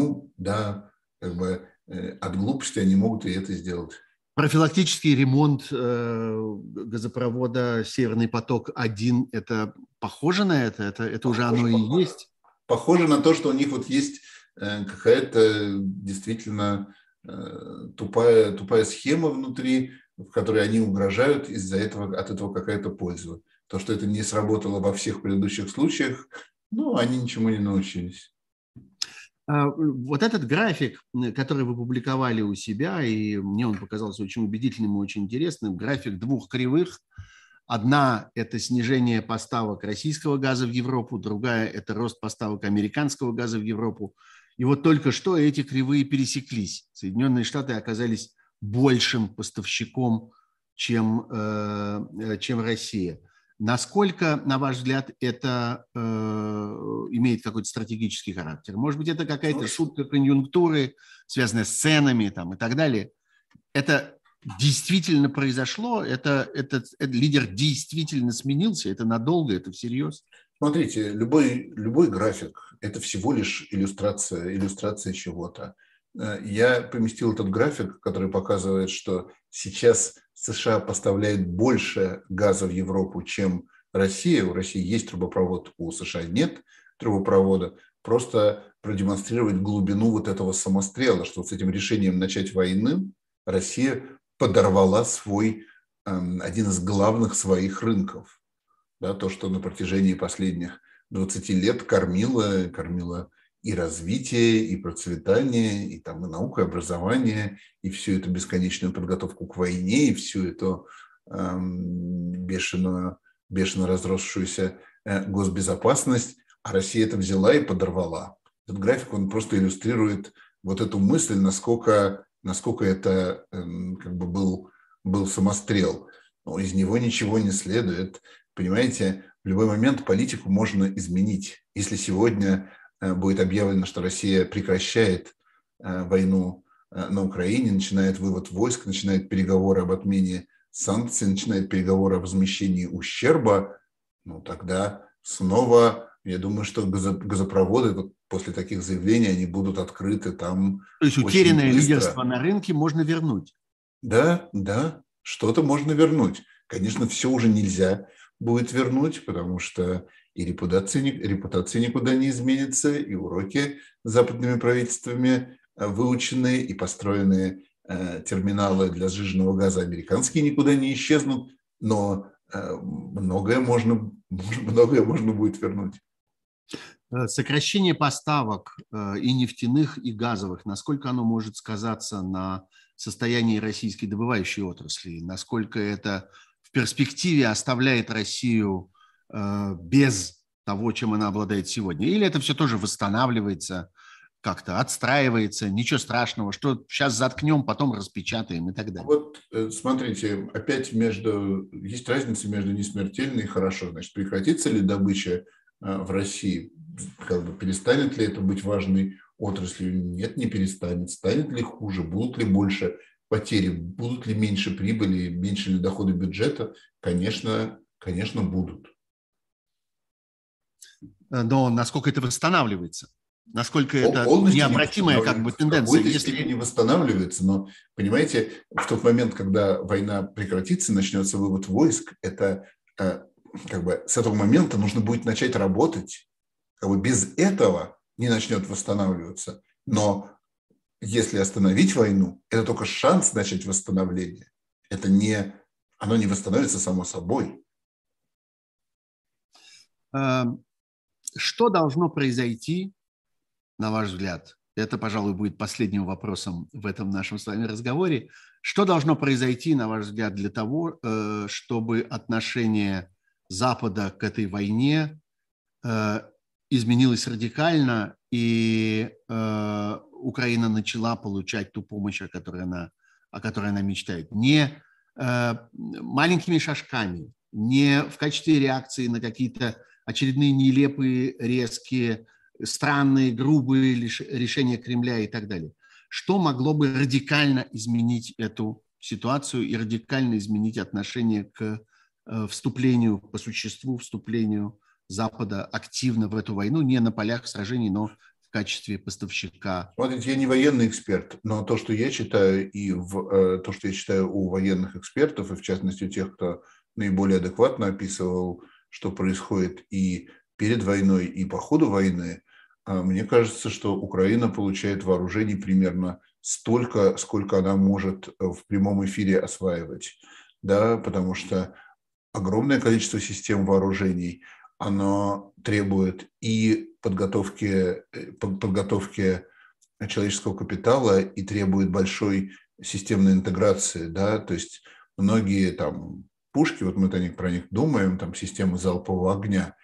Speaker 2: От глупости они могут и это сделать.
Speaker 1: Профилактический ремонт газопровода «Северный поток-1» – это похоже на это? Это уже оно и есть?
Speaker 2: Похоже на то, что у них есть какая-то действительно тупая схема внутри, в которой они угрожают, от этого какая-то польза. То, что это не сработало во всех предыдущих случаях, они ничему не научились.
Speaker 1: Вот этот график, который вы публиковали у себя, и мне он показался очень убедительным и очень интересным, график 2 кривых. Одна – это снижение поставок российского газа в Европу, другая – это рост поставок американского газа в Европу. И вот только что эти кривые пересеклись. Соединенные Штаты оказались большим поставщиком, чем Россия. Насколько, на ваш взгляд, это имеет какой-то стратегический характер? Может быть, это какая-то шутка конъюнктуры, связанная с ценами там, и так далее? Это действительно произошло? Это лидер действительно сменился? Это надолго? Это всерьез?
Speaker 2: Смотрите, любой график – это всего лишь иллюстрация чего-то. Я поместил этот график, который показывает, что сейчас США поставляет больше газа в Европу, чем Россия. У России есть трубопровод, у США нет трубопровода. Просто продемонстрировать глубину вот этого самострела, что вот с этим решением начать войны Россия подорвала один из главных своих рынков. Да, то, что на протяжении последних 20 лет кормило и развитие, и процветание, и там и науку, и образование, и всю эту бесконечную подготовку к войне, и всю эту бешено разросшуюся госбезопасность, а Россия это взяла и подорвала. Этот график, он просто иллюстрирует вот эту мысль, насколько это как бы был самострел. Но из него ничего не следует. Понимаете, в любой момент политику можно изменить. Если сегодня будет объявлено, что Россия прекращает войну на Украине, начинает вывод войск, начинает переговоры об отмене санкций, начинает переговоры о возмещении ущерба, ну тогда снова, я думаю, что газопроводы после таких заявлений, они будут открыты там.
Speaker 1: То есть утерянное лидерство на рынке можно вернуть?
Speaker 2: Да, что-то можно вернуть. Конечно, все уже нельзя будет вернуть, потому что и репутация никуда не изменится, и уроки западными правительствами выученные, и построенные терминалы для сжиженного газа американские никуда не исчезнут, но многое можно будет вернуть.
Speaker 1: Сокращение поставок и нефтяных, и газовых, насколько оно может сказаться на состоянии российской добывающей отрасли? Насколько это в перспективе оставляет Россию без того, чем она обладает сегодня? Или это все тоже восстанавливается, как-то отстраивается, ничего страшного, что сейчас заткнем, потом распечатаем и так далее?
Speaker 2: Вот смотрите, опять есть разница между несмертельной и хорошо. Значит, прекратится ли добыча в России? Как бы перестанет ли это быть важной отраслью? Нет, не перестанет. Станет ли хуже? Будут ли больше потери? Будут ли меньше прибыли? Меньше ли доходы бюджета? Конечно, будут.
Speaker 1: Но насколько это восстанавливается? Насколько это необратимая как бы тенденция?
Speaker 2: В какой-то степени восстанавливается, но, понимаете, в тот момент, когда война прекратится, начнется вывод войск, это как бы с этого момента нужно будет начать работать. Как бы без этого не начнет восстанавливаться. Но если остановить войну, это только шанс начать восстановление. Оно не восстановится само собой.
Speaker 1: Что должно произойти, на ваш взгляд? Это, пожалуй, будет последним вопросом в этом нашем с вами разговоре. Что должно произойти, на ваш взгляд, для того, чтобы отношение Запада к этой войне изменилось радикально, и Украина начала получать ту помощь, о которой она мечтает? Не маленькими шажками, не в качестве реакции на какие-то очередные нелепые, резкие, странные, грубые решения Кремля и так далее. Что могло бы радикально изменить эту ситуацию и радикально изменить отношение к вступлению, по существу вступлению Запада активно в эту войну, не на полях сражений, но в качестве поставщика?
Speaker 2: Смотрите, я не военный эксперт, но то, что я читаю, то, что я читаю у военных экспертов, и в частности у тех, кто наиболее адекватно описывал, что происходит и перед войной, и по ходу войны, мне кажется, что Украина получает вооружений примерно столько, сколько она может в прямом эфире осваивать. Да, потому что огромное количество систем вооружений, оно требует и подготовки человеческого капитала, и требует большой системной интеграции. Да? То есть многие там пушки, вот мы про них думаем, там системы залпового огня,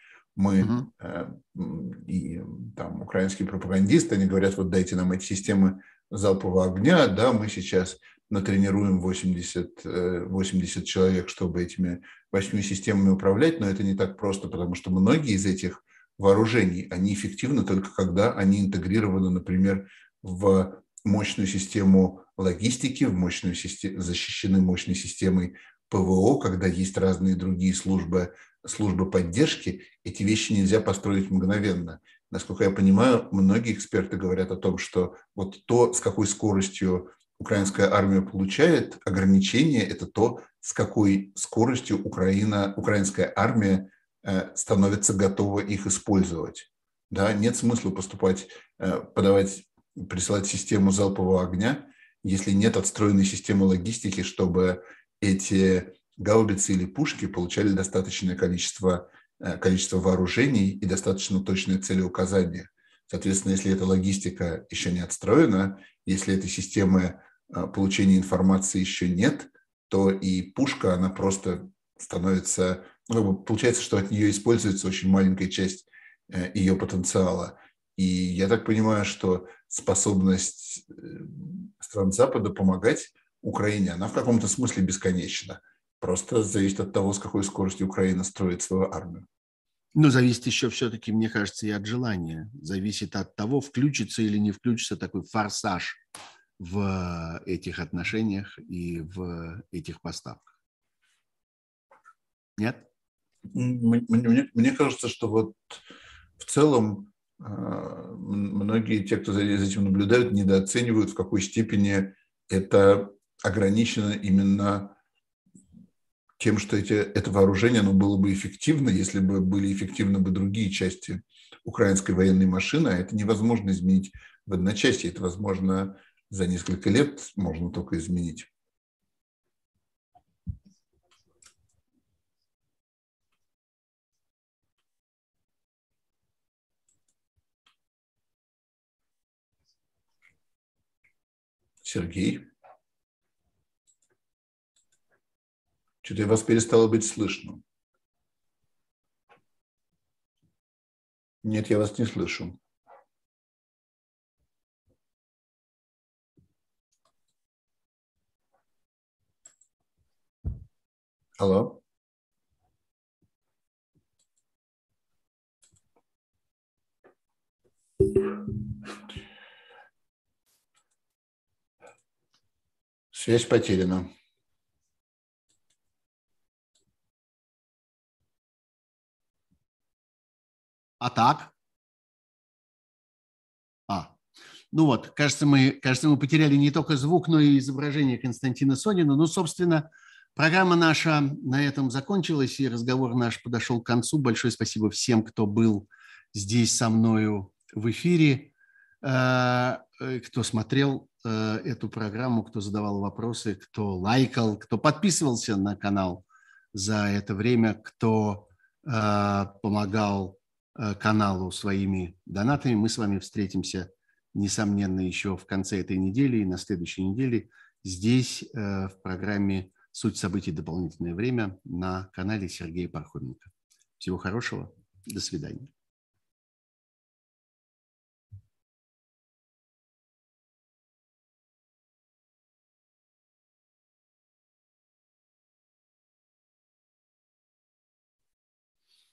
Speaker 2: и там украинские пропагандисты, они говорят, вот дайте нам эти системы залпового огня, да, мы сейчас натренируем 80 человек, чтобы этими 8 системами управлять, но это не так просто, потому что многие из этих вооружений, они эффективны только когда они интегрированы, например, в мощную систему логистики, в мощную систему, защищены мощной системой ПВО, когда есть разные другие службы поддержки. Эти вещи нельзя построить мгновенно. Насколько я понимаю, многие эксперты говорят о том, что вот то, с какой скоростью украинская армия получает ограничения, это то, с какой скоростью украинская армия становится готова их использовать. Да, нет смысла присылать систему залпового огня, если нет отстроенной системы логистики, чтобы эти гаубицы или пушки получали достаточное количество вооружений и достаточно точные целеуказания. Соответственно, если эта логистика еще не отстроена, если этой системы получения информации еще нет, то и пушка, она просто становится... получается, что от нее используется очень маленькая часть ее потенциала. И я так понимаю, что способность стран Запада помогать Украине, она в каком-то смысле бесконечна. Просто зависит от того, с какой скоростью Украина строит свою армию.
Speaker 1: Ну, зависит еще все-таки, мне кажется, и от желания. Зависит от того, включится или не включится такой форсаж в этих отношениях и в этих поставках. Нет?
Speaker 2: Мне кажется, что вот в целом многие те, кто за этим наблюдают, недооценивают, в какой степени это ограничено именно тем, что это вооружение, оно было бы эффективно, если бы были эффективны бы другие части украинской военной машины, а это невозможно изменить в одночасье, это возможно за несколько лет можно только изменить. Сергей? Что-то вас перестало быть слышно. Нет, я вас не слышу. Алло? Связь потеряна.
Speaker 1: А так? Ну вот, кажется, мы потеряли не только звук, но и изображение Константина Сонина. Ну, собственно, программа наша на этом закончилась, и разговор наш подошел к концу. Большое спасибо всем, кто был здесь со мною в эфире, кто смотрел эту программу, кто задавал вопросы, кто лайкал, кто подписывался на канал за это время, кто помогал каналу своими донатами. Мы с вами встретимся, несомненно, еще в конце этой недели и на следующей неделе здесь, в программе «Суть событий. Дополнительное время» на канале Сергея Пархоменко. Всего хорошего. До свидания.